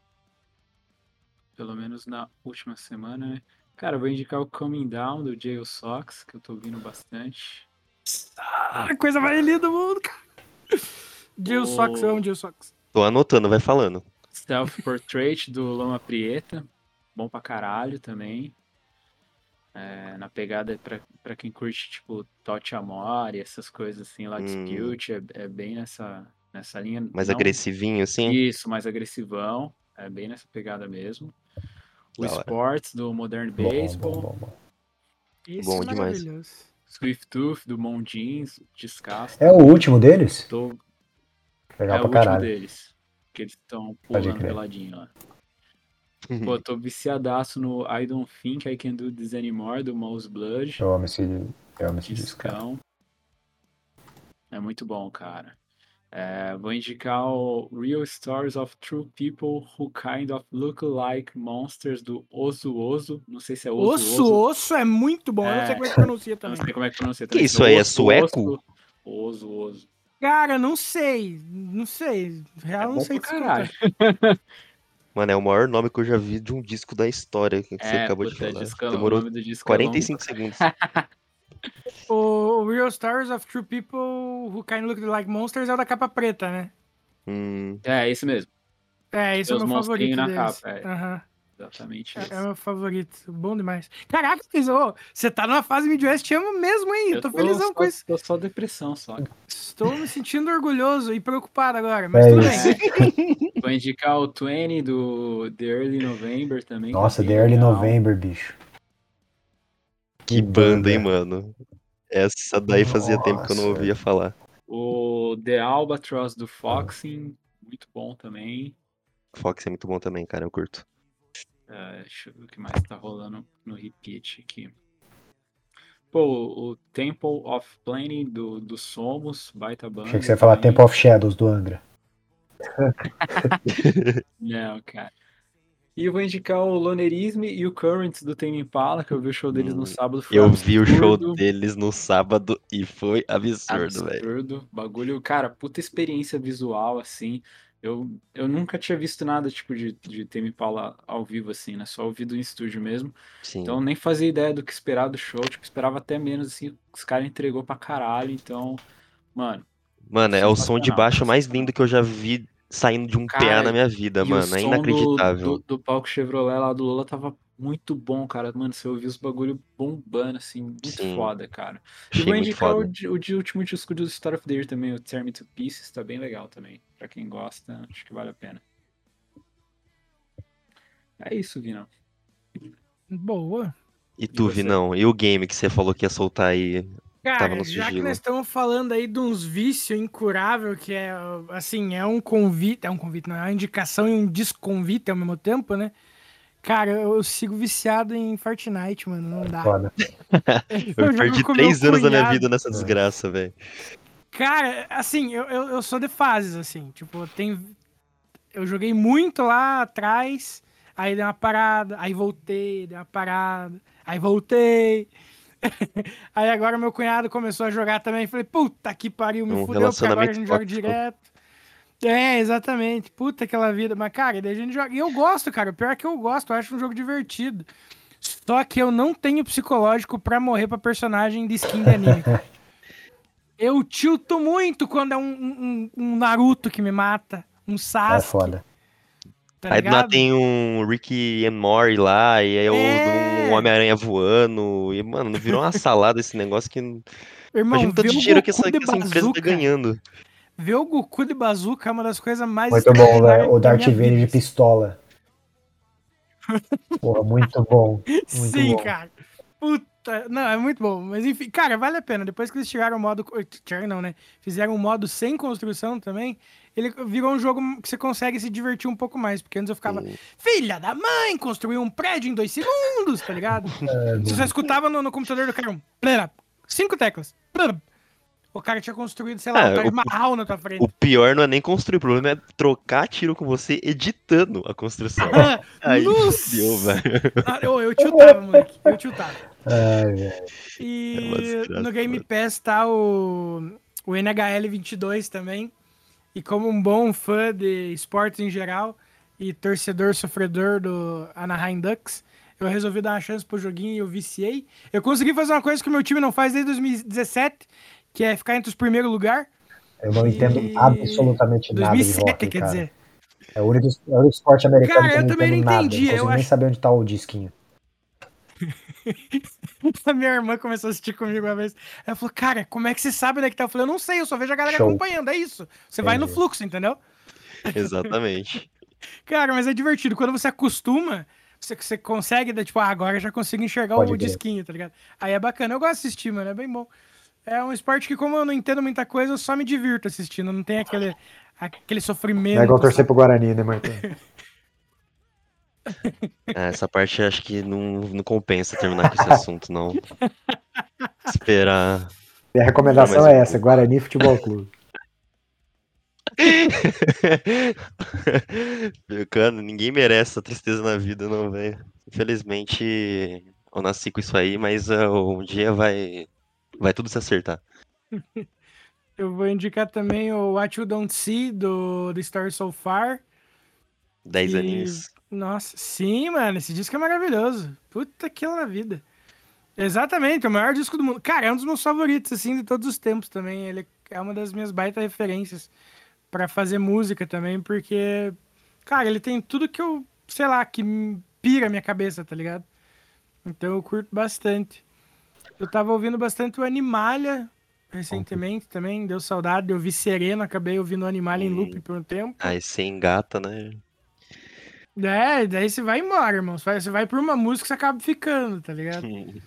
pelo menos na última semana, né? Cara, eu vou indicar o Coming Down do Jail Sox, que eu tô ouvindo bastante. Ah, coisa mais linda do mundo, cara. Jill Sox, eu amo Jill Sox. Tô anotando, vai falando. Self Portrait do Loma Prieta, bom pra caralho também. É, na pegada pra, pra quem curte, tipo, Totti Amore, essas coisas assim, lá de Hum. Guilt, é, é bem nessa, nessa linha. Mais não- agressivinho, assim. Isso, mais agressivão, é bem nessa pegada mesmo. O Da hora. Sports do Modern Bom, bom, Baseball, bom, bom. Esse Bom é demais. maravilhoso. Swift Tooth do Mon Jeans, Descasco. É o último deles? Tô, é Legal o pra último caralho. deles, que eles estão Pode pulando crer. peladinho lá. Pô, tô viciadaço no I Don't Think I Can Do This Anymore, do Mouse Blood. Eu amo esse, eu amo esse disco, cara. Discão. É muito bom, cara. É, vou indicar o Real Stories of True People Who Kind of Look Like Monsters do Ozu Ozu. Não sei se é Ozu Osso, Ozu. osso é muito bom. Eu não sei É. como é que pronuncia Eu não também. sei como é que pronuncia Que também. isso se aí, é Osso sueco? Osso, Ozu Ozu. Cara, não sei. Não sei. Real, É não bom sei pra caralho. descontar. Mano, é o maior nome que eu já vi de um disco da história que você É, acabou de puta, falar. discão, o Demorou nome do disco é longo quarenta e cinco pra segundos. O Real Stories of True People Who Kind of Look Like Monsters é o da capa preta, né? Hum, É, esse mesmo. É, esse Tem é o os meu monstrinhos favorito na deles. capa. É, Aham. exatamente É, isso. é o meu favorito. Bom demais. Caraca, Cris, ô, você tá numa fase Midwest, te amo mesmo, hein? Eu Eu tô tô felizão só, com isso. tô só depressão, só. Estou me sentindo orgulhoso e preocupado agora, mas É tudo isso. bem. Vou indicar o vinte do The Early November também. Nossa, que é The bem Early legal. November, bicho. que banda, hein, mano? Essa daí fazia tempo que eu não Nossa, ouvia falar. O The Albatross do Foxing, muito bom também. Fox é muito bom também, cara, eu curto. É, deixa eu ver o que mais tá rolando no repeat aqui. Pô, o Temple of Planning do, do Somos, baita banda. Achei que você ia falar também. Temple of Shadows do Angra. Não, cara. E eu vou indicar o Lonerism e o Currents do Tame Impala, que eu vi o show deles no Hum, sábado. Foi Eu vi o show absurdo. deles no sábado e foi absurdo, velho. Absurdo, bagulho, cara, puta experiência visual, assim. Eu, eu nunca tinha visto nada tipo de, de Tame Impala ao vivo, assim, né? Só ouvido em estúdio mesmo. Sim. Então nem fazia ideia do que esperar do show, tipo, esperava até menos, assim. Os caras entregou pra caralho, então, mano. Mano, é o som de sensacional, baixo mais sensacional. lindo que eu já vi saindo de um P A Cara, na minha vida, e o mano. É som do, inacreditável. do, do palco Chevrolet lá do Lola tava muito bom, cara. Mano, você ouviu os bagulho bombando, assim, muito Sim. foda, cara. E Achei vou muito indicar o, foda. de- o de último disco do Story of the Year também, o Tear Me to Pieces, tá bem legal também. Pra quem gosta, acho que vale a pena. É isso, Vinão. Boa. E tu, você? Vinão? E o game que você falou que ia soltar aí? Tava Cara, no já que sigilo. nós estamos falando aí de uns vícios incurável, que é, assim, é um convite, é um convite, não é uma indicação e um desconvite ao mesmo tempo, né? Cara, eu, eu sigo viciado em Fortnite, mano, não dá. Foda. Eu jogo perdi com meu três anos da minha cunhado. vida nessa desgraça, velho. Cara, assim, eu, eu, eu sou de fases, assim, tipo, tem... Eu joguei muito lá atrás, aí dei uma parada, aí voltei, dei uma parada, aí voltei. Aí agora meu cunhado começou a jogar também, falei, puta que pariu, me Um fudeu, porque agora a relacionamento gente joga tóxico. direto. É, exatamente, puta aquela vida, mas cara, daí a gente joga, e eu gosto, cara, o pior é que eu gosto, eu acho um jogo divertido. Só que eu não tenho psicológico pra morrer pra personagem de skin de anime, cara. Eu tilto muito quando é um, um, um Naruto que me mata, um É Sasuke, foda. tá Aí lá ligado? tem um Rick and Morty lá, e aí é o- É. um Homem-Aranha voando. E, mano, virou uma salada esse negócio que. Irmão, Imagina o tanto ver de o dinheiro que Goku essa, de que essa empresa tá bazuca, ganhando. ver o Goku de bazuca é uma das coisas mais Muito bom, velho. extraordinárias O da Darth minha Vader vida. de pistola. Porra, muito bom. Muito Sim, bom. cara. Puta, não, é muito bom. Mas enfim, cara, vale a pena. Depois que eles tiraram o modo. Tiraram não, né? Fizeram um modo sem construção também. Ele virou um jogo que você consegue se divertir um pouco mais. Porque antes eu ficava, Sim. filha da mãe, construiu um prédio em dois segundos, tá ligado? Você só escutava no, no computador do cara um. Plera, cinco teclas. Plera. O cara tinha construído, sei lá, É, um Taj o- Mahal na tua frente. O pior não é nem construir, o problema é trocar tiro com você editando a construção. Aí fudeu, Nossa! velho. Ah, eu, eu tiltava, moleque. Eu tiltava. Ai, velho. É uma E desgraça, no Game mano. Pass tá o, o N H L vinte e dois também. E como um bom fã de esportes em geral e torcedor sofredor do Anaheim Ducks, eu resolvi dar uma chance pro joguinho e eu viciei. Eu consegui fazer uma coisa que o meu time não faz desde dois mil e dezessete, que é ficar entre os primeiros lugares. Eu não E- entendo absolutamente nada de dois mil e sete, hockey, quer cara. dizer. É o único, é o único esporte americano Cara, que eu eu não também entendo não nada. entendi, Não eu consigo nem acho- saber onde tá o disquinho. A minha irmã começou a assistir comigo uma vez. Ela falou, cara, como é que você sabe onde é que tá? Eu falei, eu não sei, eu só vejo a galera Show. acompanhando, é isso. Você vai no Entendi. fluxo, entendeu? Exatamente. Cara, mas é divertido. Quando você acostuma, você, você consegue, né, tipo, ah, agora eu já consigo enxergar Pode o crer. disquinho, tá ligado? Aí é bacana. Eu gosto de assistir, mano, é bem bom. É um esporte que, como eu não entendo muita coisa, eu só me divirto assistindo. Não tem aquele, aquele sofrimento. Não é igual torcer sabe? pro Guarani, né, Marcão? É, essa parte acho que não, não compensa terminar com esse assunto, não. Esperar. E a recomendação Mais um é essa, pouco. Guarani Futebol Clube. Cara, ninguém merece essa tristeza na vida, não, velho. Infelizmente, eu nasci com isso aí, mas uh, um dia vai, vai tudo se acertar. Eu vou indicar também o What You Don't See, do The Story So Far. Dez que- aninhos. Nossa, sim, mano, esse disco é maravilhoso. Puta que lá vida. Exatamente, é o maior disco do mundo. Cara, é um dos meus favoritos, assim, de todos os tempos também. Ele é uma das minhas baita referências pra fazer música também, porque, cara, ele tem tudo que eu, sei lá, que me pira a minha cabeça, tá ligado? Então eu curto bastante. Eu tava ouvindo bastante o Animalia recentemente também, deu saudade. Eu vi Sereno, acabei ouvindo o Animalia em loop Hum. por um tempo. Aí você engata, né? É, daí você vai embora, irmão. Você vai, você vai por uma música e você acaba ficando, tá ligado?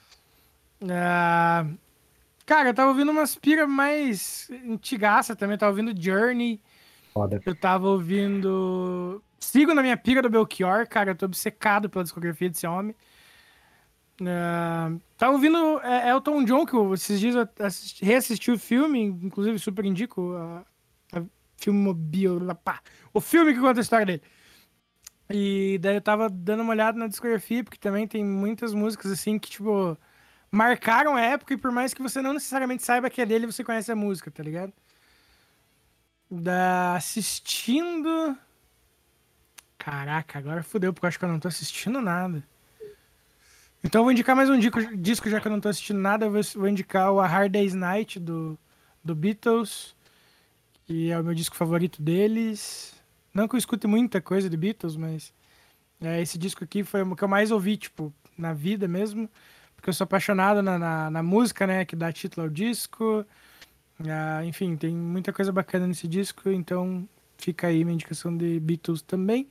Ah, cara, eu tava ouvindo umas pira mais antigaça também. Eu tava ouvindo Journey. Foda. Eu tava ouvindo. Sigo na minha pira do Belchior, cara. Eu tô obcecado pela discografia desse homem. Ah, tava ouvindo é, Elton John, que eu, esses dias eu assisti, reassisti o filme, inclusive super indico a, a filme mobile, pá, o filme que conta a história dele. E daí eu tava dando uma olhada na discografia, porque também tem muitas músicas assim que, tipo, marcaram a época e por mais que você não necessariamente saiba que é dele, você conhece a música, tá ligado? Da... Assistindo... Caraca, agora fudeu, porque eu acho que eu não tô assistindo nada. Então eu vou indicar mais um disco, disco já que eu não tô assistindo nada. Eu vou, vou indicar o A Hard Day's Night, do, do Beatles, que é o meu disco favorito deles. Não que eu escute muita coisa de Beatles, mas é, esse disco aqui foi o que eu mais ouvi, tipo, na vida mesmo. Porque eu sou apaixonado na, na, na música, né, que dá título ao disco. Ah, enfim, tem muita coisa bacana nesse disco, então fica aí minha indicação de Beatles também.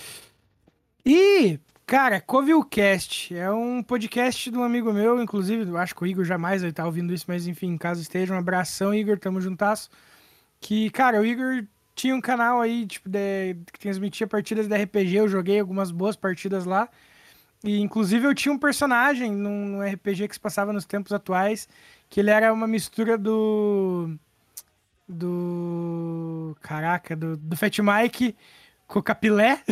E, cara, Covilcast é um podcast de um amigo meu, inclusive, eu acho que o Igor jamais vai estar ouvindo isso, mas enfim, caso esteja, um abração, Igor, tamo juntasso. Que, cara, o Igor tinha um canal aí, tipo, de, que transmitia partidas de R P G, eu joguei algumas boas partidas lá. E, inclusive, eu tinha um personagem num, num R P G que se passava nos tempos atuais, que ele era uma mistura do... Do... Caraca, do, do Fat Mike com o Capilé.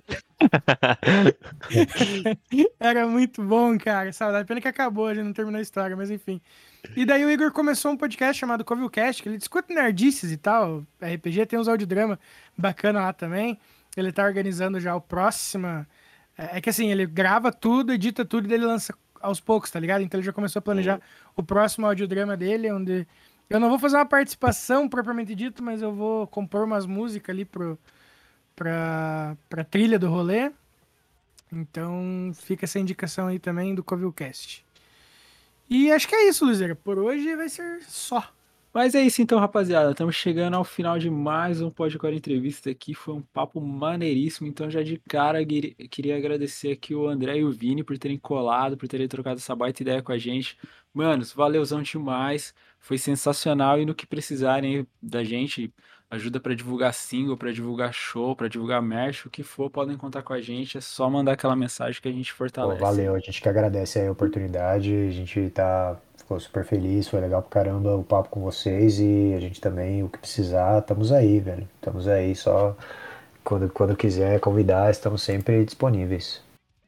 Era muito bom, cara. Saudade. Pena que acabou, a gente não terminou a história, mas enfim. E daí o Igor começou um podcast chamado Covilcast, que ele discute nerdices e tal. R P G tem uns audiodrama bacana lá também. Ele tá organizando já o próximo. É que assim, ele grava tudo, edita tudo e daí ele lança aos poucos, tá ligado? Então ele já começou a planejar o próximo audiodrama dele, onde eu não vou fazer uma participação propriamente dito, mas eu vou compor umas músicas ali pro, pra, pra trilha do rolê. Então fica essa indicação aí também do Covilcast. E acho que é isso, Luizera. Por hoje vai ser só. Mas é isso então, rapaziada. Estamos chegando ao final de mais um Podcast Entrevista aqui. Foi um papo maneiríssimo. Então, já de cara, guiri- queria agradecer aqui o André e o Vini por terem colado, por terem trocado essa baita ideia com a gente. Manos, valeuzão demais. Foi sensacional. E no que precisarem aí da gente, ajuda pra divulgar single, pra divulgar show, pra divulgar merch, o que for, podem contar com a gente. É só mandar aquela mensagem que a gente Pô, fortalece. valeu, a gente que agradece aí a oportunidade, a gente tá, ficou super feliz, foi legal pra caramba o papo com vocês e a gente também, o que precisar, estamos aí, velho. Estamos aí, só quando, quando quiser convidar, estamos sempre disponíveis.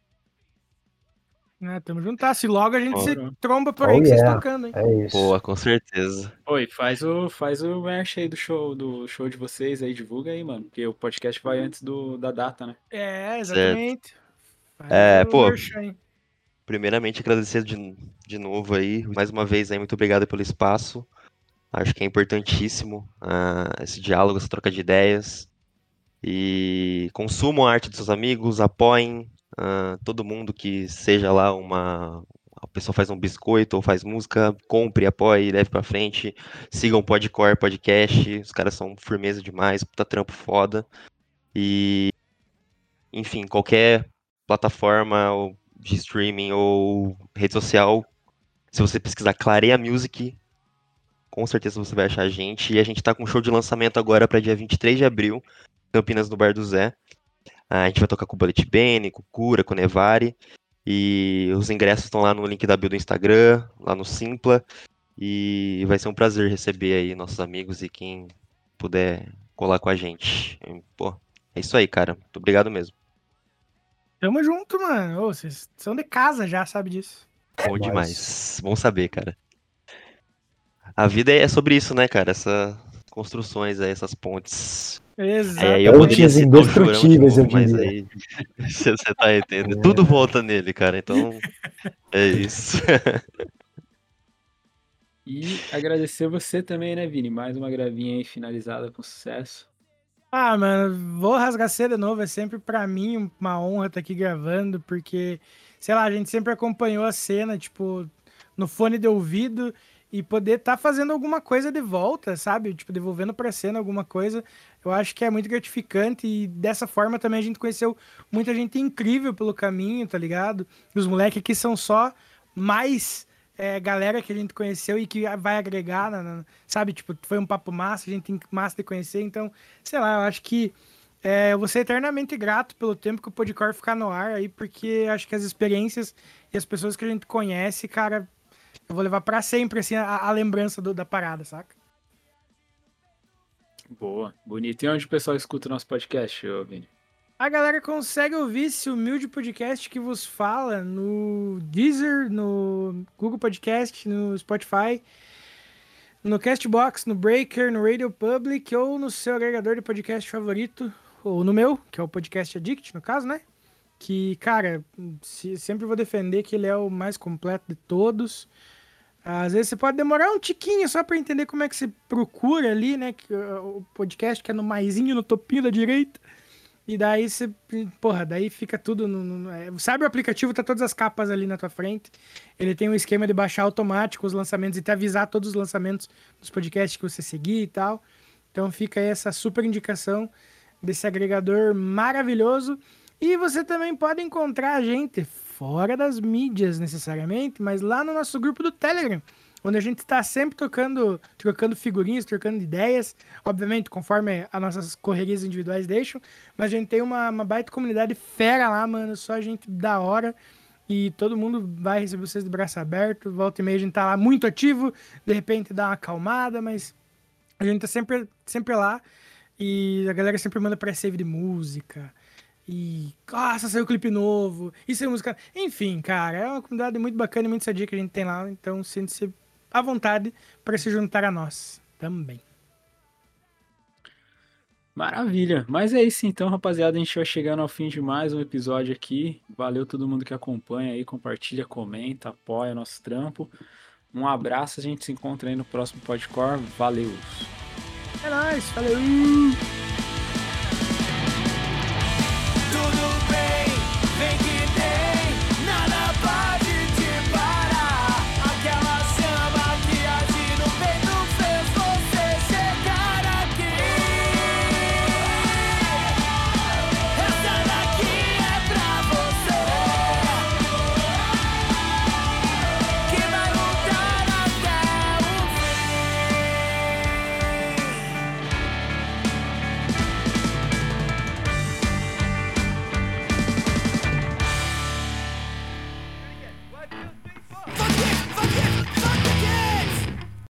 É, tamo juntas. Se logo a gente se Bora. tromba por Oh aí que vocês yeah, tocando, hein? é isso. Boa, com certeza. Oi, faz o, faz o merch aí do show, do show de vocês aí, divulga aí, mano. Porque o podcast vai antes do, da data, né? É, Certo. exatamente. Faz É, o pô, merchan aí. primeiramente agradecer de, de novo aí, mais uma vez aí, muito obrigado pelo espaço. Acho que é importantíssimo ah, esse diálogo, essa troca de ideias. E consumam a arte dos seus amigos, apoiem ah, todo mundo que seja lá uma. A pessoa faz um biscoito ou faz música, compre, apoie, leve pra frente. Sigam o Podcore Podcast, os caras são firmeza demais, puta trampo foda. E, enfim, qualquer plataforma ou de streaming ou rede social, se você pesquisar Clareia Music, com certeza você vai achar a gente. E a gente tá com um show de lançamento agora para dia vinte e três de abril, Campinas, no Bar do Zé. A gente vai tocar com o Bullet Bane, com o Cura, com o Nevari. E os ingressos estão lá no link da bio do Instagram, lá no Simpla. E vai ser um prazer receber aí nossos amigos e quem puder colar com a gente. Pô, é isso aí, cara. Muito obrigado mesmo. Tamo junto, mano. Ô, vocês são de casa já, sabe disso. Bom nóis. demais. Bom saber, cara. A vida é sobre isso, né, cara? Essas construções aí, essas pontes. Aí, aí eu Exatamente. poderia Pontes citar o Chorão de indestrutíveis, eu novo, mas diria. aí você você tá entendendo. Tudo volta nele, cara. Então, é isso. E agradecer você também, né, Vini? Mais uma gravinha aí finalizada com sucesso. Ah, mano, vou rasgar cedo de novo. É sempre pra mim uma honra estar aqui gravando, porque, sei lá, a gente sempre acompanhou a cena, tipo, no fone de ouvido e poder estar fazendo alguma coisa de volta, sabe? Tipo, devolvendo pra cena alguma coisa. Eu acho que é muito gratificante e dessa forma também a gente conheceu muita gente incrível pelo caminho, tá ligado? Os moleques aqui são só mais é, galera que a gente conheceu e que vai agregar, na- na- sabe? Tipo, foi um papo massa, a gente tem massa de conhecer, então, sei lá, eu acho que é, eu vou ser eternamente grato pelo tempo que o Podcore ficar no ar aí, porque acho que as experiências e as pessoas que a gente conhece, cara, eu vou levar pra sempre, assim, a, a lembrança do- da parada, saca? Boa, bonito. E onde o pessoal escuta o nosso podcast, ô Vini? A galera consegue ouvir esse humilde podcast que vos fala no Deezer, no Google Podcast, no Spotify, no Castbox, no Breaker, no Radio Public ou no seu agregador de podcast favorito, ou no meu, que é o Podcast Addict, no caso, né? Que, cara, se- sempre vou defender que ele é o mais completo de todos. Às vezes você pode demorar um tiquinho só pra entender como é que você procura ali, né? Que, uh, o podcast que é no maisinho, no topinho da direita. E daí você, porra, daí fica tudo no, no- é, sabe, o aplicativo tá todas as capas ali na tua frente. Ele tem um esquema de baixar automático os lançamentos e te avisar todos os lançamentos dos podcasts que você seguir e tal. Então fica aí essa super indicação desse agregador maravilhoso. E você também pode encontrar a gente fora das mídias necessariamente, mas lá no nosso grupo do Telegram, onde a gente está sempre tocando, trocando figurinhas, trocando ideias, obviamente conforme as nossas correrias individuais deixam, mas a gente tem uma, uma baita comunidade fera lá, mano, só gente da hora, e todo mundo vai receber vocês de braço aberto, volta e meia a gente tá lá muito ativo, de repente dá uma acalmada, mas a gente tá sempre, sempre lá, e a galera sempre manda pré-save de música, e, nossa, saiu clipe novo, e saiu música. Enfim, cara, é uma comunidade muito bacana e muito sadia que a gente tem lá, então sinta-se à vontade para se juntar a nós também. Maravilha. Mas é isso então, rapaziada. A gente vai chegando ao fim de mais um episódio aqui. Valeu todo mundo que acompanha aí, compartilha, comenta, apoia nosso trampo. Um abraço, a gente se encontra aí no próximo Podcore. Valeu! É nóis, valeu!